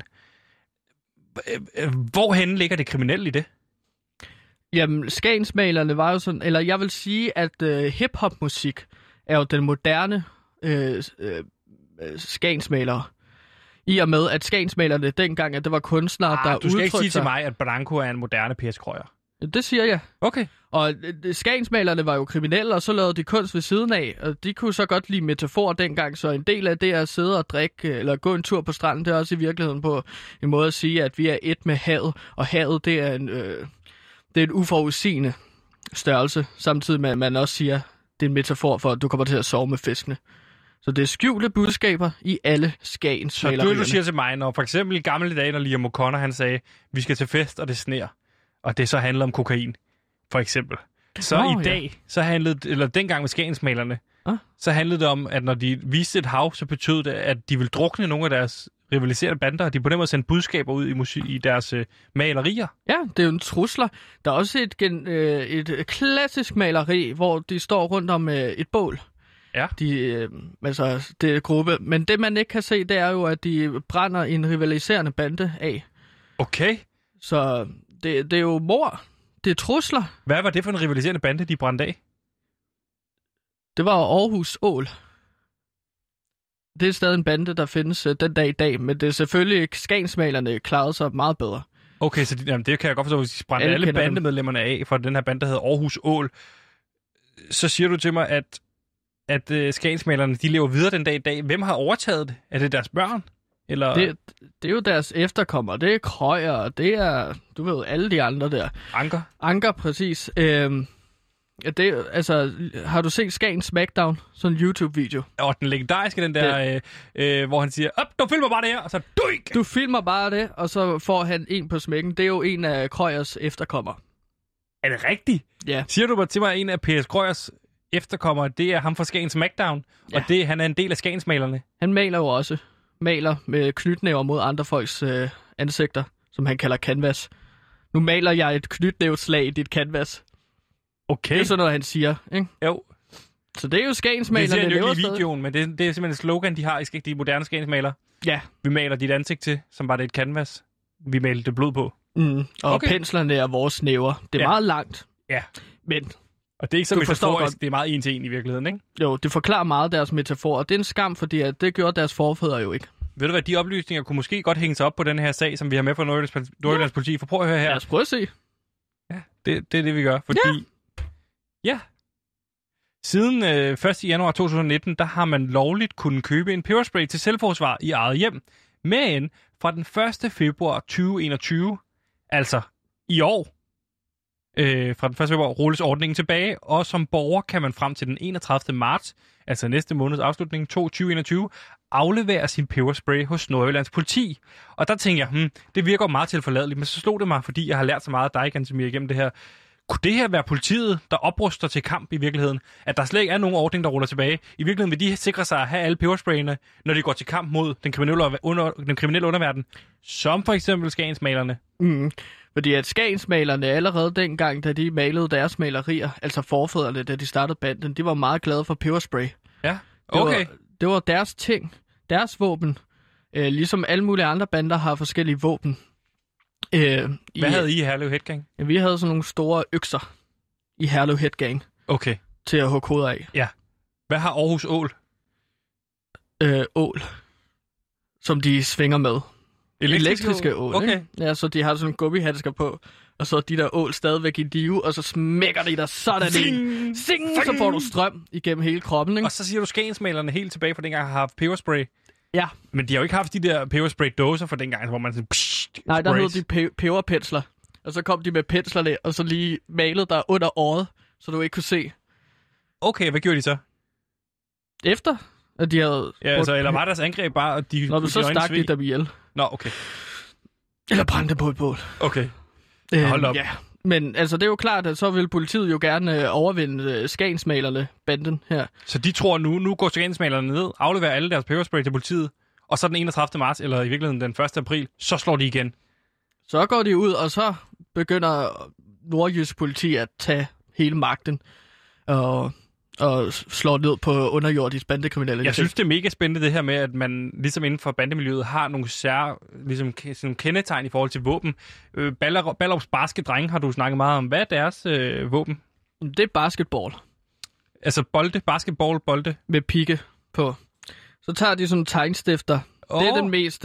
Hvorhen ligger det kriminelle i det? Jamen, Skagensmalerne var jo sådan, eller jeg vil sige, at hip-hop-musik er jo den moderne skagensmalere. I og med, at skagensmalerne dengang, at det var kunstnere, der udtrykte sig... Du skal ikke sige til mig, at Branko er en moderne P.S. Krøjer. Det siger jeg. Okay. Og skagensmalerne var jo kriminelle, og så lavede de kunst ved siden af, og de kunne så godt lide metafor dengang, så en del af det at sidde og drikke, eller gå en tur på stranden, det er også i virkeligheden på en måde at sige, at vi er et med havet, og havet, det er en uforudsigende størrelse, samtidig med, at man også siger, det er en metafor for, at du kommer til at sove med fiskene. Så det er skjulte budskaber i alle skagensmalerierne. Så du siger til mig, når for eksempel i gamle dage, når Liam O'Connor, han sagde, vi skal til fest, og det sner, og det så handler om kokain, for eksempel. Så i dag, så handlede, eller dengang med skagensmalerne, så handlede det om, at når de viste et hav, så betød det, at de ville drukne nogle af deres rivaliserende bander, og de på den måde sendte budskaber ud i deres malerier. Ja, det er jo en trusler. Der er også et klassisk maleri, hvor de står rundt om et bål. Ja. Altså, det er gruppe. Men det, man ikke kan se, det er jo, at de brænder en rivaliserende bande af. Okay. Så det er jo mord. Det er trusler. Hvad var det for en rivaliserende bande, de brændte af? Det var Aarhus Ål. Det er stadig en bande, der findes den dag i dag, men det er selvfølgelig skagensmalerne klarede sig meget bedre. Okay, så det kan jeg godt forstå, hvis de brændte alle bandemedlemmerne af for den her bande, der hedder Aarhus Ål. Så siger du til mig, at skagensmalerne, de lever videre den dag i dag. Hvem har overtaget det? Er det deres børn? Eller? Det er jo deres efterkommere. Det er Krøjer, og det er, du ved, alle de andre der. Anker, præcis. Har du set Skagen Smackdown? Sådan en YouTube-video. Og den legendariske, den der, hvor han siger, du filmer bare det her, og så duik! Du filmer bare det, og så får han en på smækken. Det er jo en af Krøjers efterkommere. Er det rigtigt? Ja. Siger du til mig, at en af P.S. Krøjers efterkommere, det er ham fra Skagen Smackdown, og han er en del af skagensmalerne? Han maler jo også. Maler med knytnæver mod andre folks ansigter, som han kalder canvas. Nu maler jeg et knytnævslag i dit canvas. Okay. Det er sådan noget, han siger, ikke? Jo. Så det er jo skagensmalerne. Det siger han jo ikke i videoen, men det er simpelthen et slogan, de har, de moderne skagensmalere. Ja. Vi maler dit ansigt til, som var det et canvas. Vi maler det blod på. Og penslerne er vores næver. Det er meget langt. Ja. Men... Og det er ikke så metaforisk, det er meget en til en i virkeligheden, ikke? Jo, det forklarer meget deres metafor, og det er en skam, fordi at det gjorde deres forfædre jo ikke. Ved du hvad, de oplysninger kunne måske godt hænge sig op på den her sag, som vi har med fra Nordjyllands politi. For prøv at høre her. Lad os prøve at se. Ja, det er det, vi gør, fordi... Ja. Siden 1. januar 2019, der har man lovligt kunnet købe en peberspray til selvforsvar i eget hjem. Men fra den 1. februar 2021, altså i år, fra den 1. februar rulles ordningen tilbage, og som borger kan man frem til den 31. marts, altså næste måneds afslutning 2021, aflevere sin peberspray hos Nordjyllands politi. Og der tænker jeg, det virker meget tilforladeligt, men så slog det mig, fordi jeg har lært så meget af dig, Gantemir, igennem det her. Kunne det her være politiet, der opruster til kamp i virkeligheden? At der slet ikke er nogen ordning, der ruller tilbage? I virkeligheden vil de sikre sig at have alle pebersprayene, når de går til kamp mod den kriminelle underverden, som for eksempel skagensmalerne. Fordi at skagensmalerne allerede dengang, da de malede deres malerier, altså forfædrene, da de startede banden, de var meget glade for peberspray. Ja, okay. Det var deres ting, deres våben. Ligesom alle mulige andre bander har forskellige våben. Hvad havde I Herlev Headgang? Ja, vi havde sådan nogle store økser i Herlev Headgang. Okay. Til at hugge hoveder af. Ja. Hvad har Aarhus Ål? Ål. Som de svinger med. Elektriske ål, okay. Ikke? Ja, så de har sådan nogle gummihandsker på. Og så er de der ål stadigvæk i live, og så smækker de der sådan en. Zing! Så får du strøm igennem hele kroppen, ikke? Og så siger du skagensmalerne helt tilbage fra dengang har haft peberspray. Ja. Men de har jo ikke haft de der peberspray-dåser fra dengang, hvor man sådan... Nej, der hed de peberpensler. Og så kom de med penslerne, og så lige malede der under året, så du ikke kunne se. Okay, hvad gjorde de så? Efter? At de havde... Ja, altså, eller var deres angreb bare, at de... Når du så stak de dem ihjel. Nå, okay. Eller brændte på et bål. Okay. Hold op. Ja. Men altså, det er jo klart, at så vil politiet jo gerne overvinde skagensmalerne, banden her. Så de tror nu går skagensmalerne ned, afleverer alle deres peberspray til politiet, og så den 31. marts, eller i virkeligheden den 1. april, så slår de igen. Så går de ud, og så begynder nordjysk politi at tage hele magten og slår ned på underjordisk bandekriminelle. Jeg synes, det er mega spændende det her med, at man ligesom inden for bandemiljøet har nogle ligesom kendetegn i forhold til våben. Ballerups barske drenge har du snakket meget om. Hvad er deres våben? Det er basketball. Altså basketballbolde? Med pigge på. Så tager de sådan en tegnstifter. Det er den mest,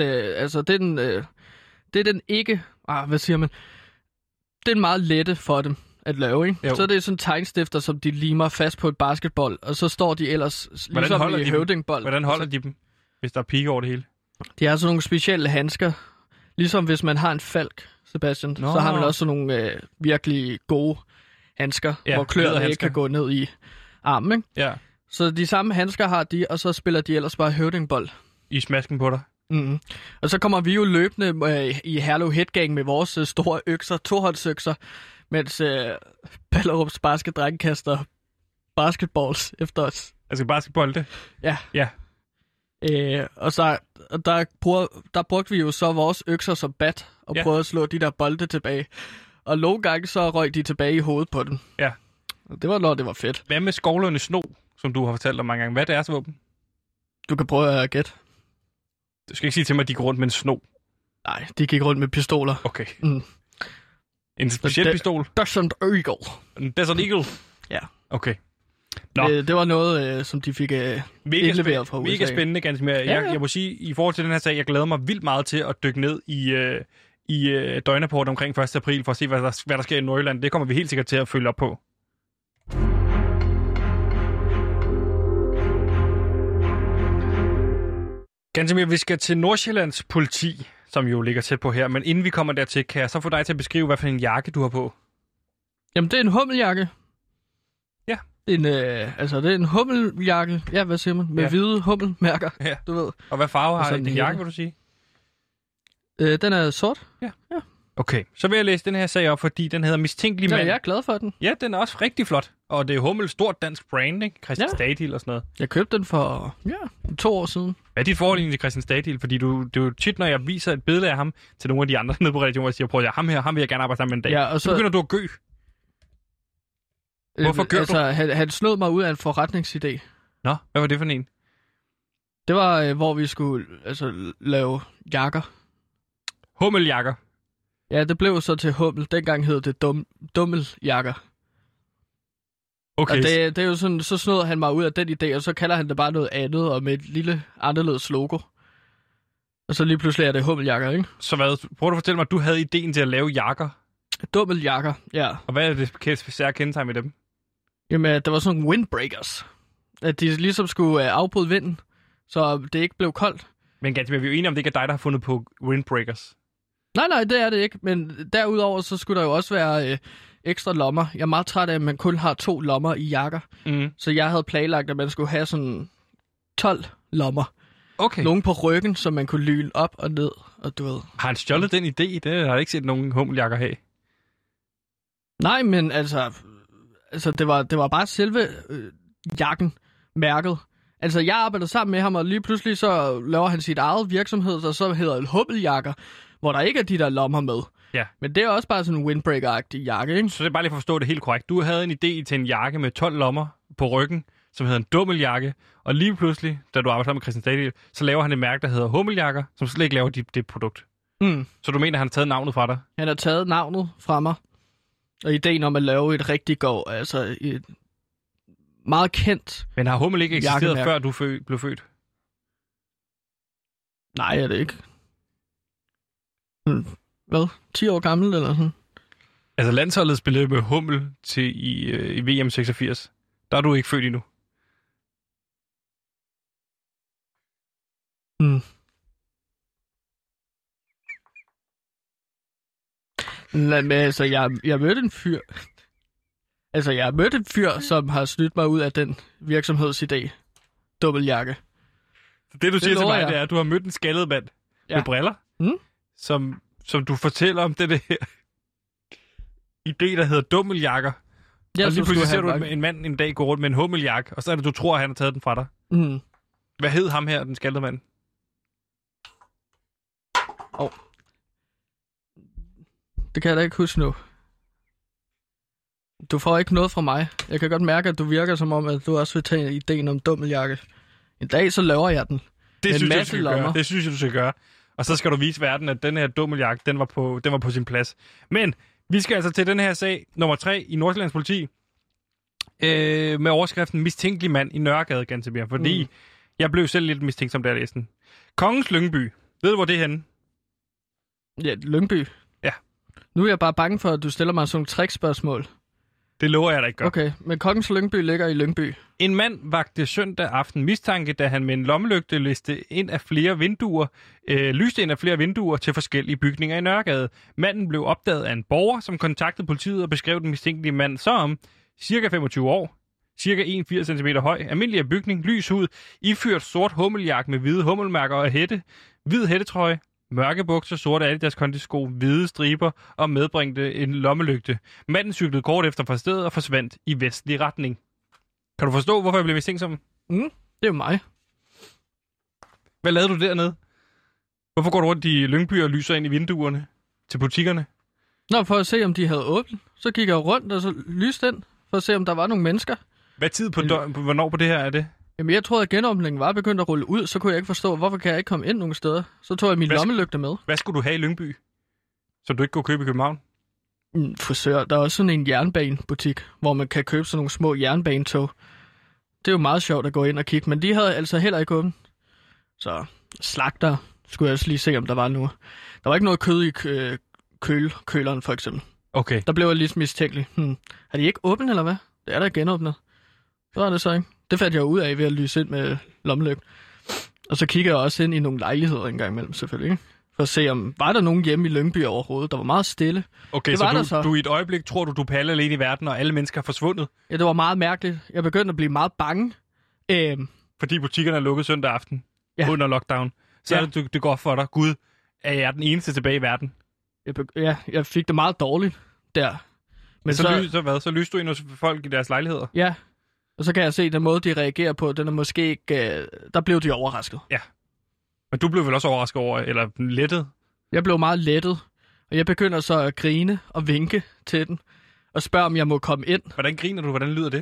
det er den ikke, hvad siger man? Det er meget lette for dem at lave, ikke? Jo. Så er det sådan en tegnstifter, som de limer fast på et basketball, og så står de ellers ligesom i høvdingbold. Hvordan holder de dem, hvis der er pigge over det hele? De har sådan nogle specielle handsker. Ligesom hvis man har en falk, Sebastian, så har man også sådan nogle virkelig gode handsker, hvor kløerne ikke kan gå ned i armen, ikke? Ja. Så de samme handsker har de, og så spiller de ellers bare høvdingbold. I smasken på dig? Mm-hmm. Og så kommer vi jo løbende i Herlev Headgang med vores store økser, toholdsøkser, mens Ballerups barske drenge kaster basketballs efter os. Altså basketbolde? Ja. Ja. Og så der brugte vi jo så vores økser som bat, og prøvede at slå de der bolde tilbage. Og nogle gange så røg de tilbage i hovedet på den. Ja. Og det var når det var fedt. Hvad med Skovlunde Sno, som du har fortalt om mange gange? Hvad er deres våben? Du kan prøve at gætte. Du skal ikke sige til mig, at de går rundt med en sno. Nej, de gik rundt med pistoler. Okay. En speciel pistol? Desert Eagle. En Desert Eagle? Ja. Okay. Det var noget, som de fik indleveret fra USA. Mega spændende, Gantemir. Jeg må sige, i forhold til den her sag, jeg glæder mig vildt meget til at dykke ned i døgnrapporten omkring 1. april, for at se, hvad der sker i Nordjylland. Det kommer vi helt sikkert til at følge op på. Gantemir, vi skal til Nordsjællands politi, som jo ligger tæt på her. Men inden vi kommer dertil, kan jeg så få dig til at beskrive, hvad for en jakke du har på? Jamen, det er en hummeljakke. Ja. Det er en hummeljakke. Ja, hvad siger man? Med hvide hummelmærker, du ved. Og hvad farve har din jakke, vil du sige? Den er sort. Ja. Okay, så vil jeg læse den her sag op, fordi den hedder Mistænkelig mand. Ja, jeg er glad for den. Ja, den er også rigtig flot. Og det er Hummel, stort dansk brand, ikke? Christian Stadil og sådan noget. Jeg købte den for 2 år siden. Hvad er dit forhold egentlig til Christian Stadil? Fordi det er jo tit, når jeg viser et billede af ham til nogle af de andre nede på redaktionen, og siger, prøv at ham vil jeg gerne arbejde sammen med en dag. Ja, og så begynder du at gø. Hvorfor gør du? Han snød mig ud af en forretningsidé. Nå, hvad var det for en? Det var, hvor vi skulle lave jakker. Hummeljakker? Ja, det blev så til Hummel. Dengang hed det Dummeljakker. Okay. Og det er jo sådan, så snød han mig ud af den idé, og så kalder han det bare noget andet, og med et lille anderledes logo. Og så lige pludselig er det Hummeljakker, ikke? Så hvad? Prøv at fortælle mig, at du havde ideen til at lave jakker? Dummeljakker, ja. Og hvad er det særlige kendetegn med dem? Jamen, der var sådan nogle windbreakers. At de ligesom skulle afbryde vinden, så det ikke blev koldt. Men Gantemir, vi er jo enige om, det ikke er dig, der har fundet på windbreakers. Nej, det er det ikke. Men derudover, så skulle der jo også være ekstra lommer. Jeg er meget træt af, at man kun har 2 lommer i jakker. Mm. Så jeg havde planlagt, at man skulle have sådan 12 lommer. Okay. Nogle på ryggen, så man kunne lyne op og ned, og du ved. Har han stjålet den idé? Det har jeg ikke set nogen hummeljakker have. Nej, men altså det var bare selve jakken, mærket. Altså, jeg arbejdede sammen med ham, og lige pludselig så laver han sit eget virksomhed, der så hedder en hummeljakker, hvor der ikke er de der lommer med. Ja. Men det er også bare sådan en windbreaker-agtig jakke, ikke? Så det er bare lige for at forstå det helt korrekt. Du havde en idé til en jakke med 12 lommer på ryggen, som hedder en dummeljakke, og lige pludselig, da du arbejder sammen med Christian Stadil, så laver han et mærke, der hedder hummeljakker, som slet ikke laver det produkt. Mm. Så du mener, han har taget navnet fra dig? Han har taget navnet fra mig, og ideen om at lave et rigtig god, altså et meget kendt. Men har hummel ikke eksisteret, før du blev født? Nej, er det ikke. Hvad? 10 år gammel eller sådan? Altså landsholdet spillede med hummel i VM 86. Der er du ikke født endnu. Mm. Men altså, jeg mødte en fyr. Altså, jeg mødte en fyr, som har snydt mig ud af den virksomhedsidé. Dobbeltjakke. Det, du siger til mig, det er, at du har mødt en skaldet mand med briller, som du fortæller om det her idé, der hedder dummeljakker. Ja, og lige pludselig ser du en mand en dag gå rundt med en hummeljakke, og så er det, du tror, at han har taget den fra dig. Mm. Hvad hed ham her, den skaldede mand? Det kan jeg da ikke huske nu. Du får ikke noget fra mig. Jeg kan godt mærke, at du virker som om, at du også vil tage ideen om dummeljakke. En dag, så laver jeg den. Det synes jeg, du skal gøre. Og så skal du vise verden, at den her dummeljakke, den var på sin plads. Men vi skal altså til den her sag, nummer 3 i Nordsjællands politi. Med overskriften mistænkelig mand i Nørregade, Gantemir. Fordi jeg blev selv lidt mistænkt, som der læste den. Kongens Lyngby. Ved du, hvor det er henne? Ja, Lyngby. Ja. Nu er jeg bare bange for, at du stiller mig sådan nogle trickspørgsmål. Det lover jeg dig ikke gør. Okay, men Kongens Lyngby ligger i Lyngby. En mand vagte søndag aften mistanke, da han med en lommelygte lyste ind af flere vinduer til forskellige bygninger i Nørregade. Manden blev opdaget af en borger, som kontaktede politiet og beskrev den mistænkelige mand som cirka 25 år, cirka 81 cm høj, almindelig af bygning, lys hud, iført sort hummeljakke med hvide hummelmærker og hvid hættetrøje, mørke bukser, sorte Adidas kondisko, hvide striber og medbringte en lommelygte. Manden cyklede kort efter fra stedet og forsvandt i vestlig retning. Kan du forstå, hvorfor jeg blev mistænksom? Det er jo mig. Hvad lavede du dernede? Hvorfor går du rundt i Lyngby og lyser ind i vinduerne til butikkerne? Nå, for at se, om de havde åbent. Så gik jeg rundt og så lyste ind, for at se, om der var nogle mennesker. Hvad tid på hvornår på det her er det? Jamen, jeg troede, at genåbningen var begyndt at rulle ud, så kunne jeg ikke forstå, hvorfor kan jeg ikke komme ind nogen steder. Så tog jeg min lommelygte med. Hvad skulle du have i Lyngby, som du ikke kunne købe i København? Frisør. Der er også sådan en jernbanebutik, hvor man kan købe sådan nogle små jernbanetog. Det er jo meget sjovt at gå ind og kigge, men de havde altså heller ikke åbent. Så slagter skulle jeg også lige se, om der var noget. Der var ikke noget kød i køleren, for eksempel. Okay. Der blev jeg lige mistænkelig. Har de ikke åbent, eller hvad? Det er der genåbnet. Så er det så ikke. Det fandt jeg ud af ved at lyse ind med lommelygte. Og så kigger jeg også ind i nogle lejligheder en gang imellem, selvfølgelig. Ikke? For at se, om var der nogen hjemme i Lyngby overhovedet. Der var meget stille. Okay, det var så du i et øjeblik tror du paller alene i verden, og alle mennesker er forsvundet? Ja, det var meget mærkeligt. Jeg begyndte at blive meget bange. Fordi butikkerne er lukket søndag aften under lockdown. Så er det går for dig. Gud, er jeg den eneste tilbage i verden? Jeg fik det meget dårligt der. Men så lyste du ind hos folk i deres lejligheder? Ja. Og så kan jeg se, at den måde, de reagerer på, den er måske ikke... Der blev de overrasket. Ja. Men du blev vel også overrasket over, eller lettet? Jeg blev meget lettet, og jeg begynder så at grine og vinke til den, og spørge, om jeg må komme ind. Hvordan griner du? Hvordan lyder det?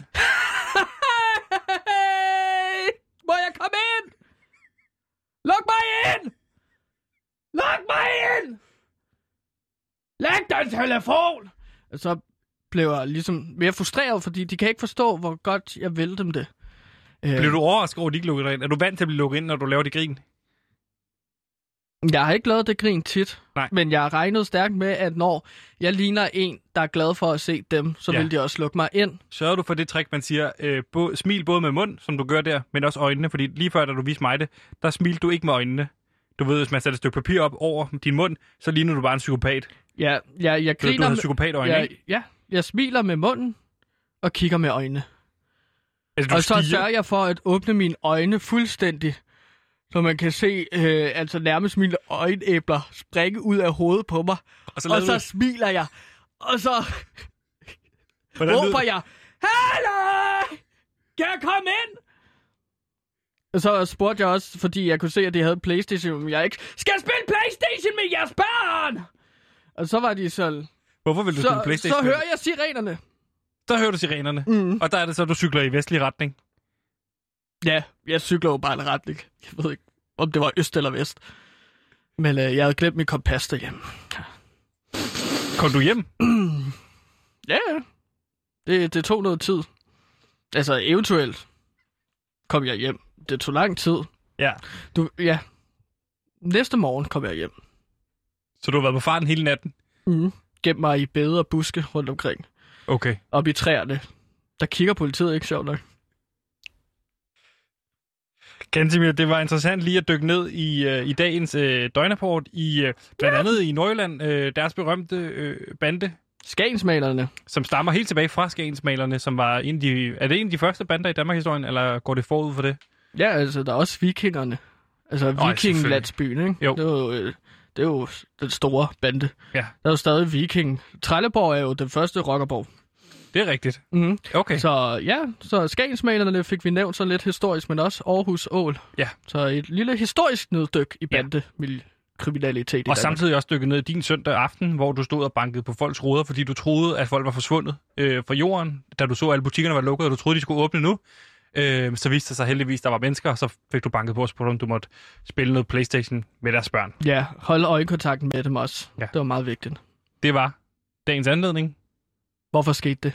Må jeg komme ind? Luk mig ind! Luk mig ind! Læg den telefon! Og så blev jeg ligesom mere frustreret, fordi de kan ikke forstå, hvor godt jeg vil dem det. Blev du overrasket over, at de ikke lukkede dig ind? Er du vant til at blive lukket ind, når du laver det grin? Jeg har ikke lavet det grin tit, Nej. men jeg har regnet stærkt med, at når jeg ligner en, der er glad for at se dem, så vil de også lukke mig ind. Sørger du for det trick, man siger, smil både med mund, som du gør der, men også øjnene, fordi lige før, da du viste mig det, der smilte du ikke med øjnene. Du ved, hvis man sætter et stykke papir op over din mund, så ligner du bare en psykopat. Ja, jeg griner... Du havde psykopatøjne, ikke? Ja, jeg smiler med munden og kigger med øjnene. Altså, og så sørger jeg for at åbne mine øjne fuldstændig, så man kan se altså nærmest mine øjenæbler springe ud af hovedet på mig. Og så smiler jeg, og så råber jeg, hallo! Kan jeg komme ind? Og så spurgte jeg også, fordi jeg kunne se, at de havde PlayStation, men jeg ikke skal spille PlayStation med jeres børn! Og så var de sådan... Hvorfor vil du spille PlayStation? Så hører jeg sirenerne. Så hører du sirenerne. Og der er det så, du cykler i vestlig retning. Ja, jeg cykler jo bare en retning. Jeg ved ikke, om det var øst eller vest. Men jeg havde glemt min kompas derhjemme. Kom du hjem? Ja, det tog noget tid. Altså, eventuelt kom jeg hjem. Det tog lang tid. Ja. Næste morgen kom jeg hjem. Så du har været på farten hele natten? Gemt mig i bede og buske rundt omkring. Okay. Op i træerne. Der kigger politiet ikke, sjovt nok. Gantemir, det var interessant lige at dykke ned i dagens døgnrapport i blandt andet i Nordjylland, deres berømte bande. Skagensmalerne. Som stammer helt tilbage fra Skagensmalerne, som var en af de første bander i Danmarkshistorien, eller går det forud for det? Ja, altså der er også vikingerne. Altså vikinglandsbyen, ikke? Jo. Det er jo den store bande. Ja. Der er jo stadig viking. Trelleborg er jo den første rockerborg. Det er rigtigt. Mm-hmm. Okay. Så Skagensmalerne fik vi nævnt så lidt historisk, men også Aarhus Ål. Ja. Så et lille historisk neddyk i bandekriminalitet i Danmark. Og samtidig også dykket ned din søndag aften, hvor du stod og bankede på folks ruder, fordi du troede, at folk var forsvundet fra jorden, da du så, at alle butikkerne var lukket, og du troede, de skulle åbne nu. Så viste det sig heldigvis, at der var mennesker, og så fik du banket på os på, om du måtte spille noget PlayStation med deres børn. Ja, hold øjenkontakten med dem også. Ja. Det var meget vigtigt. Det var dagens anledning. Hvorfor skete det?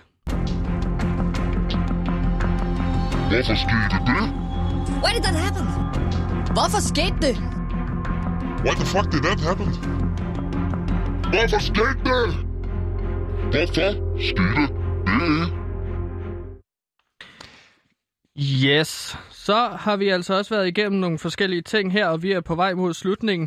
Hvorfor skete det? Why did that happen? Hvorfor skete det? Why the fuck did that happen? Hvorfor skete det? Hvorfor skete det? Yes, så har vi altså også været igennem nogle forskellige ting her, og vi er på vej mod slutningen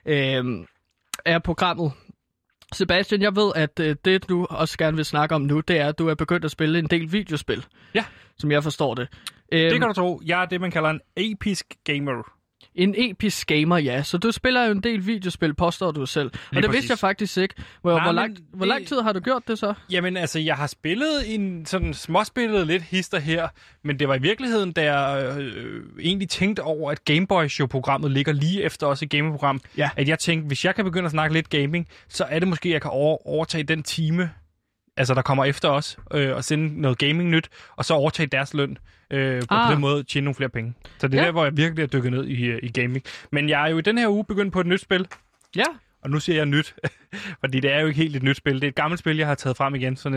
af programmet. Sebastian, jeg ved, at det du også gerne vil snakke om nu, det er, at du er begyndt at spille en del videospil. Ja. Som jeg forstår det. Det kan du tro. Jeg er det, man kalder en episk gamer. En episk gamer, ja. Så du spiller jo en del videospil, påstår du selv. Lige og det præcis. vidste jeg faktisk ikke. Hvor lang tid har du gjort det så? Jamen altså, jeg har spillet en sådan småspillet lidt hister her, men det var i virkeligheden, da jeg egentlig tænkte over, at Gameboy Show-programmet ligger lige efter også et gamingprogram, at jeg tænkte, hvis jeg kan begynde at snakke lidt gaming, så er det måske, at jeg kan overtage den time, altså der kommer efter os, og sende noget gaming-nyt, og så overtage deres løn. På den måde tjene nogle flere penge. Så det er der, hvor jeg virkelig er dykket ned i gaming. Men jeg er jo i den her uge begyndt på et nyt spil. Ja. Og nu siger jeg nyt, fordi det er jo ikke helt et nyt spil. Det er et gammelt spil, jeg har taget frem igen. Sådan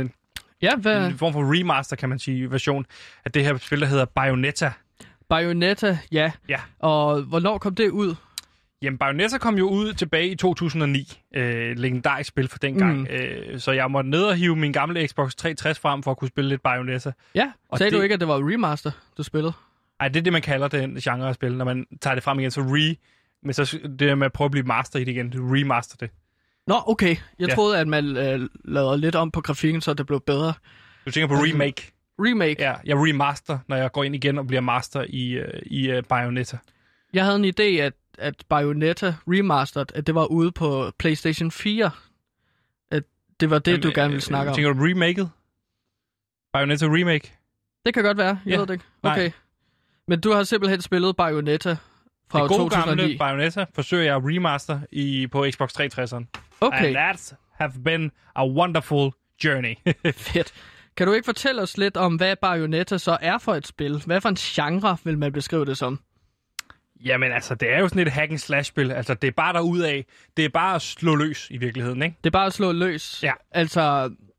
en form for remaster, kan man sige, version af det her spil, der hedder Bayonetta. Bayonetta, ja. Og hvornår kom det ud? Jamen, Bayonetta kom jo ud tilbage i 2009. Legendarisk spil for dengang. Så jeg måtte ned og hive min gamle Xbox 360 frem for at kunne spille lidt Bayonetta. Ja, og sagde du ikke, at det var remaster, du spillede? Nej, det er det, man kalder den genre af spil, når man tager det frem igen. Så men så det med at prøve at blive master i det igen. Du remaster det. Nå, okay. Jeg troede, at man lavede lidt om på grafikken, så det blev bedre. Du tænker på remake? Remake? Ja, jeg remaster, når jeg går ind igen og bliver master i Bayonetta. Jeg havde en idé, at Bayonetta Remastered, at det var ude på PlayStation 4. At det var det, du gerne ville snakke om. Tænker du remaket? Bayonetta Remake? Det kan godt være, jeg ved det ikke. Okay. Nej. Men du har simpelthen spillet Bayonetta fra 2009. Det gode gamle Bayonetta forsøger jeg at remaster på Xbox 360'eren. Okay. And that have been a wonderful journey. Fedt. Kan du ikke fortælle os lidt om, hvad Bayonetta så er for et spil? Hvad for en genre vil man beskrive det som? Jamen altså, det er jo sådan et hack-and-slash-spil. Altså, det er bare derudaf. Det er bare at slå løs i virkeligheden, ikke? Det er bare at slå løs? Ja. Altså,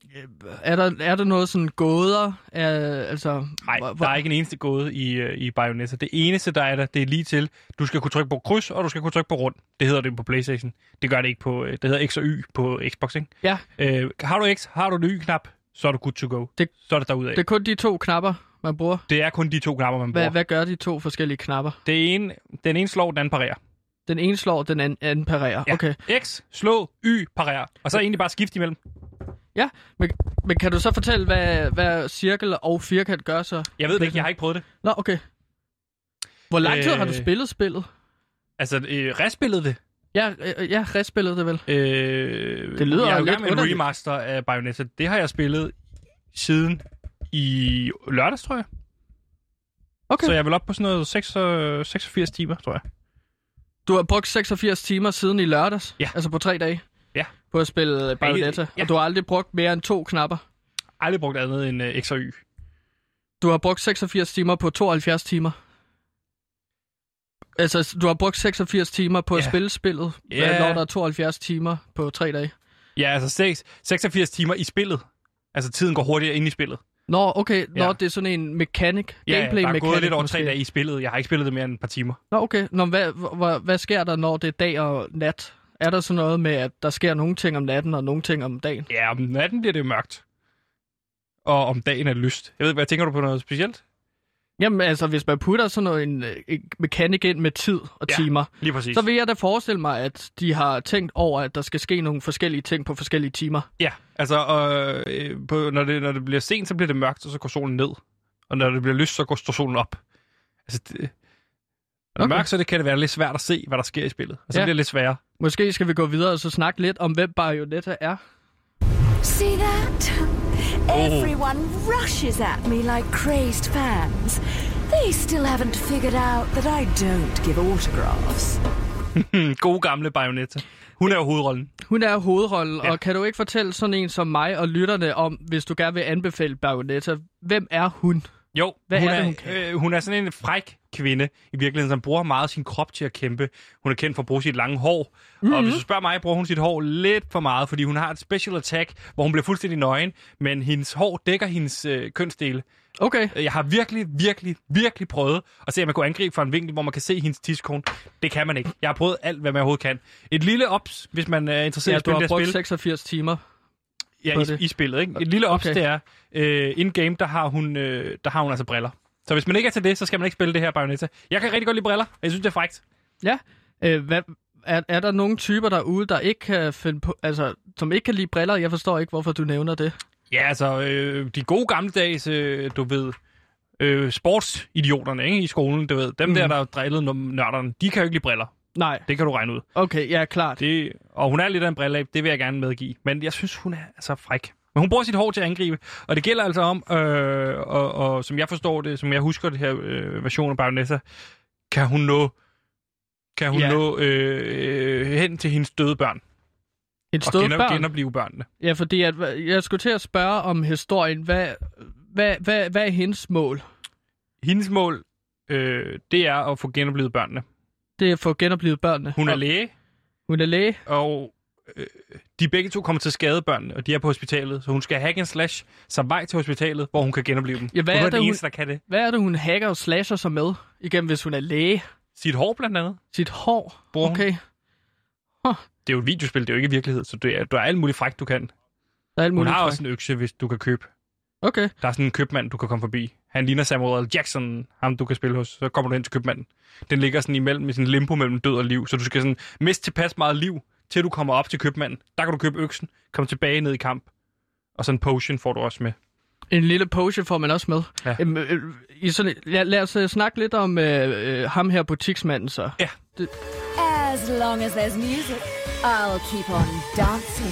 Er der noget sådan gåder? Nej, der er ikke en eneste gåde i Bayonetta. Det eneste, der er der, det er lige til, du skal kunne trykke på kryds, og du skal kunne trykke på rund. Det hedder det på PlayStation. Det gør det ikke på, det hedder X og Y på Xbox, ikke? Ja. Har du X, har du en Y-knap, så er du good to go. Så er det derudad. Det er kun de 2 knapper, man bruger? Det er kun de 2 knapper, man bruger. Hvad gør de 2 forskellige knapper? Den ene slår, den anden parerer. Den ene slår, den anden parerer. Ja. Okay. X, slå, Y, parerer. Og så egentlig bare skifte imellem. Ja, men kan du så fortælle, hvad cirkel og firkant gør så? Jeg ved det ikke, jeg har ikke prøvet det. Nå, okay. Hvor lang tid har du spillet spillet? Altså, restspillet det? Ja, restspillet det vel? Det lyder jeg er jo lidt gang med en underligt. remaster af Bayonetta. Det har jeg spillet siden i lørdags, tror jeg. Okay. Så jeg er vel op på sådan noget 86 timer, tror jeg. Du har brugt 86 timer siden i lørdags? Ja. Altså på 3 dage? Ja. På at spille Bayonetta? Ja. Og du har aldrig brugt mere end 2 knapper? Aldrig brugt andet end X og Y. Du har brugt 86 timer på 72 timer? Altså, du har brugt 86 timer på at spille spillet, når der er 72 timer på 3 dage? Ja, altså 86 timer i spillet. Altså, tiden går hurtigere ind i spillet. Nå, okay. Nå, det er sådan en mechanic, gameplay der er mechanic. gået lidt over måske. 3 dage i spillet. Jeg har ikke spillet det mere end et par timer. Nå, okay. Nå, hvad sker der, når det er dag og nat? Er der sådan noget med, at der sker nogle ting om natten og nogle ting om dagen? Ja, om natten bliver det mørkt. Og om dagen er det lyst. Jeg ved, hvad tænker du på noget specielt? Jamen, altså, hvis man putter sådan noget, en mekanik ind med tid og timer, lige præcis. så vil jeg da forestille mig, at de har tænkt over, at der skal ske nogle forskellige ting på forskellige timer. Ja, altså, når det bliver sent, så bliver det mørkt, og så går solen ned. Og når det bliver lyst, så står solen op. Altså, når det er mørkt, så kan det være lidt svært at se, hvad der sker i spillet. Og så bliver det lidt sværere. Måske skal vi gå videre og så snakke lidt om, hvem Bayonetta er. See that? Everyone rushes at me like crazed fans. They still haven't figured out that I don't give autographs. God gamle Bayonetta. Hun er jo hovedrollen. Hun er hovedrollen, og kan du ikke fortælle sådan en som mig og lytterne om, hvis du gerne vil anbefale Bayonetta, hvem er hun? Jo, Hvad er det, hun er sådan en fræk kvinde i virkeligheden, som bruger meget af sin krop til at kæmpe. Hun er kendt for at bruge sit lange hår. Mm-hmm. Og hvis du spørger mig, bruger hun sit hår lidt for meget, fordi hun har et special attack, hvor hun bliver fuldstændig nøgen, men hendes hår dækker hendes kønsdele. Okay. Jeg har virkelig prøvet at se, om man kunne angribe fra en vinkel, hvor man kan se hendes tidskone. Det kan man ikke. Jeg har prøvet alt, hvad man overhovedet kan. Et lille ops, hvis man er interesseret i at spille det her spil. Du har brugt 86 timer. Ja, i spillet, ikke? Et lille ops, det er, in-game, der har hun altså briller. Så hvis man ikke er til det, så skal man ikke spille det her Bayonetta. Jeg kan rigtig godt lide briller, og jeg synes, det er frækt. Ja. Er der nogle typer derude, der ikke kan finde på, altså, som ikke kan lide briller? Jeg forstår ikke, hvorfor du nævner det. Ja, altså, de gode gammeldags, du ved, sportsidioterne, ikke, i skolen, du ved. Dem der drillede nørderne, de kan jo ikke lide briller. Nej. Det kan du regne ud. Okay, ja, klart. Og hun er lidt af en brille, det vil jeg gerne medgive. Men jeg synes, hun er altså fræk. Men hun bruger sit hår til at angribe. Og det gælder altså om, og som jeg forstår det, som jeg husker det her version af Bayonetta, kan hun nå hen til hendes døde børn. Hendes døde børn? Og genoplive børnene. Ja, fordi jeg skulle til at spørge om historien. Hvad er hendes mål? Hendes mål, det er at få genoplivet børnene. Det er at få genoplivet børnene? Hun er læge. Hun er læge? Og de begge to kommer til skade børnene, og de er på hospitalet. Så hun skal hack and slash sig vej til hospitalet, hvor hun kan genoplive dem. Ja, hvad er det, eneste, der kan det. Hvad er det, hun hacker og slasher sig med, igennem hvis hun er læge? Sit hår blandt andet. Sit hår? Okay. Huh. Det er jo et videospil, det er jo ikke virkelighed, så der er alt muligt frækt, du kan. Der er alt muligt hun har frækt. også en økse, hvis du kan købe. Okay. Der er sådan en købmand, du kan komme forbi. Han ligner Samuel L. Jackson, ham du kan spille hos. Så kommer du ind til købmanden. Den ligger sådan imellem, i sådan en limbo mellem død og liv. Så du skal sådan miste tilpas meget liv, til du kommer op til købmanden. Der kan du købe øksen, komme tilbage ned i kamp. Og sådan en potion får du også med. En lille potion får man også med. Ja. Lad os snakke lidt om ham her butiksmanden så. Ja. As long as there's music, I'll keep on dancing.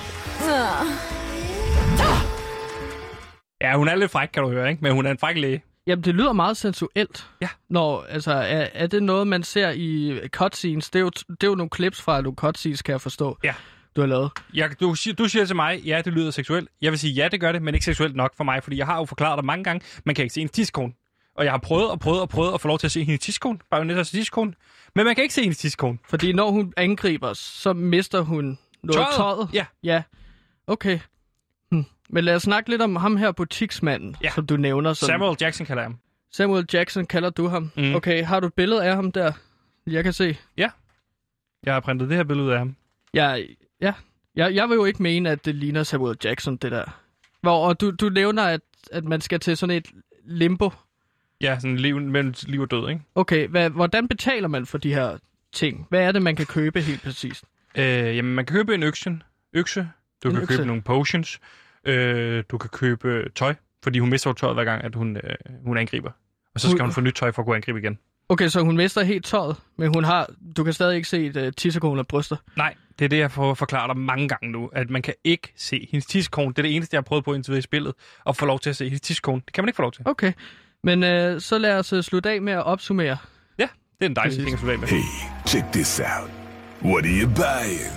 Ja, hun er lidt fræk, kan du høre, ikke? Men hun er en fræk læge. Jamen, det lyder meget sensuelt. Ja. Når, altså, er det noget, man ser i cutscenes? Det er jo nogle clips fra nogle cutscenes, kan jeg forstå. Ja. Du har lavet. Ja, du siger til mig, ja, det lyder seksuelt. Jeg vil sige, ja, det gør det, men ikke seksuelt nok for mig, fordi jeg har jo forklaret dig mange gange, man kan ikke se en tidskone. Og jeg har prøvet at få lov til at se hendes tidskone, Bayonettas tidskone, men man kan ikke se hendes tidskone. Fordi når hun angriber, så mister hun noget tøjet. Ja. Ja. Okay. Men lad os snakke lidt om ham her butiksmanden, som du nævner. Sådan. Samuel Jackson kalder jeg ham. Samuel Jackson kalder du ham. Okay, har du et billede af ham der? Jeg kan se. Ja. Jeg har printet det her billede ud af ham. Jeg vil jo ikke mene, at det ligner Samuel Jackson, det der. Og du nævner, at man skal til sådan et limbo. Ja, sådan mellem liv og død, ikke? Okay, hvordan betaler man for de her ting? Hvad er det, man kan købe helt præcist? Jamen, man kan købe en økse. Du kan købe nogle potions. Du kan købe tøj, fordi hun mister tøjet hver gang, at hun angriber. Og så skal hun få nyt tøj for at kunne angribe igen. Okay, så hun mister helt tøjet, men du kan stadig ikke se et tissekone af bryster? Nej, det er det, jeg får forklaret dig mange gange nu, at man kan ikke se hendes tissekone. Det er det eneste, jeg har prøvet på indtil videre i spillet, at få lov til at se hendes tissekone. Det kan man ikke få lov til. Okay, men så lad os slutte af med at opsummere. Ja, det er en dejlig ting at slutte af med. Hey, check this out. What are you buying?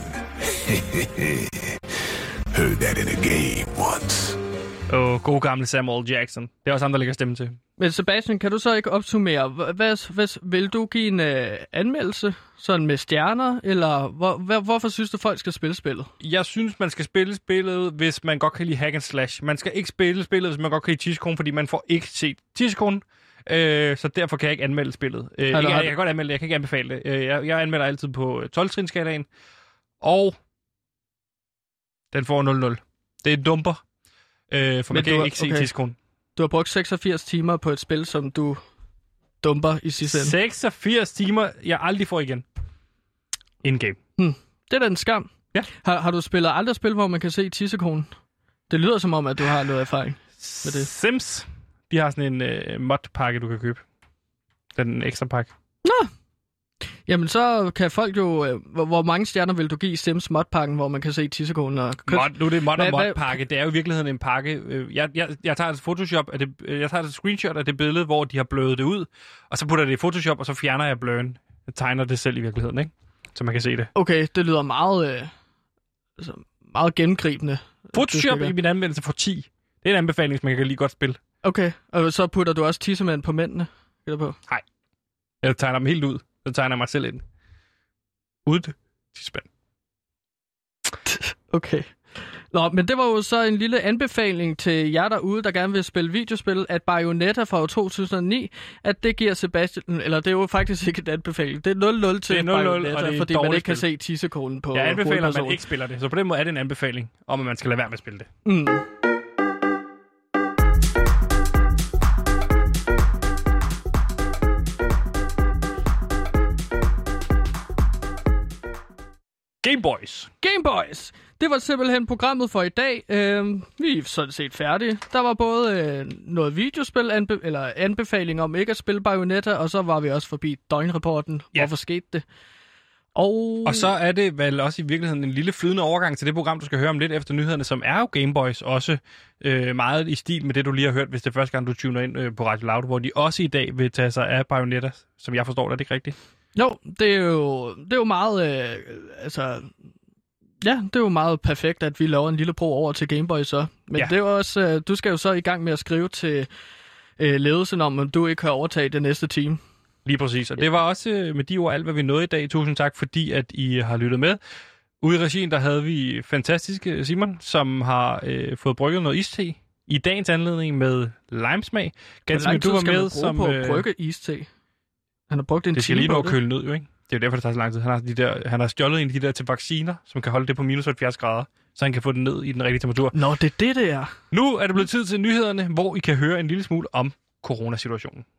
Heard that in a game once. God gamle Samuel Jackson. Det er også ham, der lægger stemme til. Men Sebastian, kan du så ikke opsummere? Vil du give en anmeldelse sådan med stjerner, eller hvorfor synes du, folk skal spille spillet? Jeg synes, man skal spille spillet, hvis man godt kan lide hack and slash. Man skal ikke spille spillet, hvis man godt kan lide tissekone, fordi man får ikke set tissekone. Så derfor kan jeg ikke anmelde spillet. Jeg kan godt anmelde det, jeg kan ikke anbefale det. Jeg anmelder altid på 12-trinskalaen, og den får 0-0. Det er dumper. For man kan ikke se tidskone. Du har brugt 86 timer på et spil, som du dumper i sidste ende. 86 timer, jeg aldrig får igen. In-game. Det er da en skam. Ja. Har du aldrig spillet, hvor man kan se tissekonen? Det lyder som om, at du har noget erfaring med det. Sims, de har sådan en mod-pakke, du kan købe. Den ekstra pakke. Nå! Jamen, så kan folk jo... Hvor mange stjerner vil du give Sims mod-pakken, hvor man kan se tissekonen og kød? Nu er det mod- og mod-pakke. Det er jo i virkeligheden en pakke. Jeg tager et Photoshop jeg tager et screenshot af det billede, hvor de har blødet det ud, og så putter det i Photoshop, og så fjerner jeg bløen. Jeg tegner det selv i virkeligheden, ikke? Så man kan se det. Okay, det lyder meget, meget gennemgribende. Photoshop i min anvendelse for 10. Det er en anbefaling, man kan lige godt spille. Okay, og så putter du også tissemænd på mændene? Eller på? Nej. Jeg tegner dem helt ud. Så tegner jeg mig selv ind. Ude til spænd. Okay. Nå, men det var jo så en lille anbefaling til jer derude, der gerne vil spille videospil, at Bayonetta fra 2009, at det giver Sebastian, eller det er jo faktisk ikke en anbefaling, det er 0-0 til Bayonetta, fordi man ikke kan se tissekonen på hovedpersonen. Jeg anbefaler, at man ikke spiller det, så på den måde er det en anbefaling om, at man skal lade være med at spille det. Game Boys. Det var simpelthen programmet for i dag. Vi er sådan set færdige. Der var både noget videospil, anbefaling om ikke at spille Bayonetta, og så var vi også forbi døgnrapporten. Ja. Hvorfor skete det? Og så er det vel også i virkeligheden en lille flydende overgang til det program, du skal høre om lidt efter nyhederne, som er jo Game Boys, også meget i stil med det, du lige har hørt, hvis det er første gang, du tuner ind på Radio Loud, hvor de også i dag vil tage sig af Bayonetta, som jeg forstår, er det ikke rigtigt? Jo, det er jo meget, det er jo meget perfekt, at vi laver en lille bro over til Game Boy så. Men det er jo også, du skal jo så i gang med at skrive til ledelsen om du ikke kan overtage det næste time. Lige præcis, og det var også med de ord alt, hvad vi nåede i dag. Tusind tak, fordi at I har lyttet med. Ude i regien, der havde vi fantastiske Simon, som har fået brygget noget iste i dagens anledning med limesmag. Ganske du var med som på at brygge iste. Han har brugt en det skal lige nå at køle ned, jo, ikke? Det er jo derfor, det tager så lang tid. Han har stjålet en af de der til vacciner, som kan holde det på minus 70 grader, så han kan få den ned i den rigtige temperatur. Nå, det er det er. Nu er det blevet tid til nyhederne, hvor I kan høre en lille smule om coronasituationen.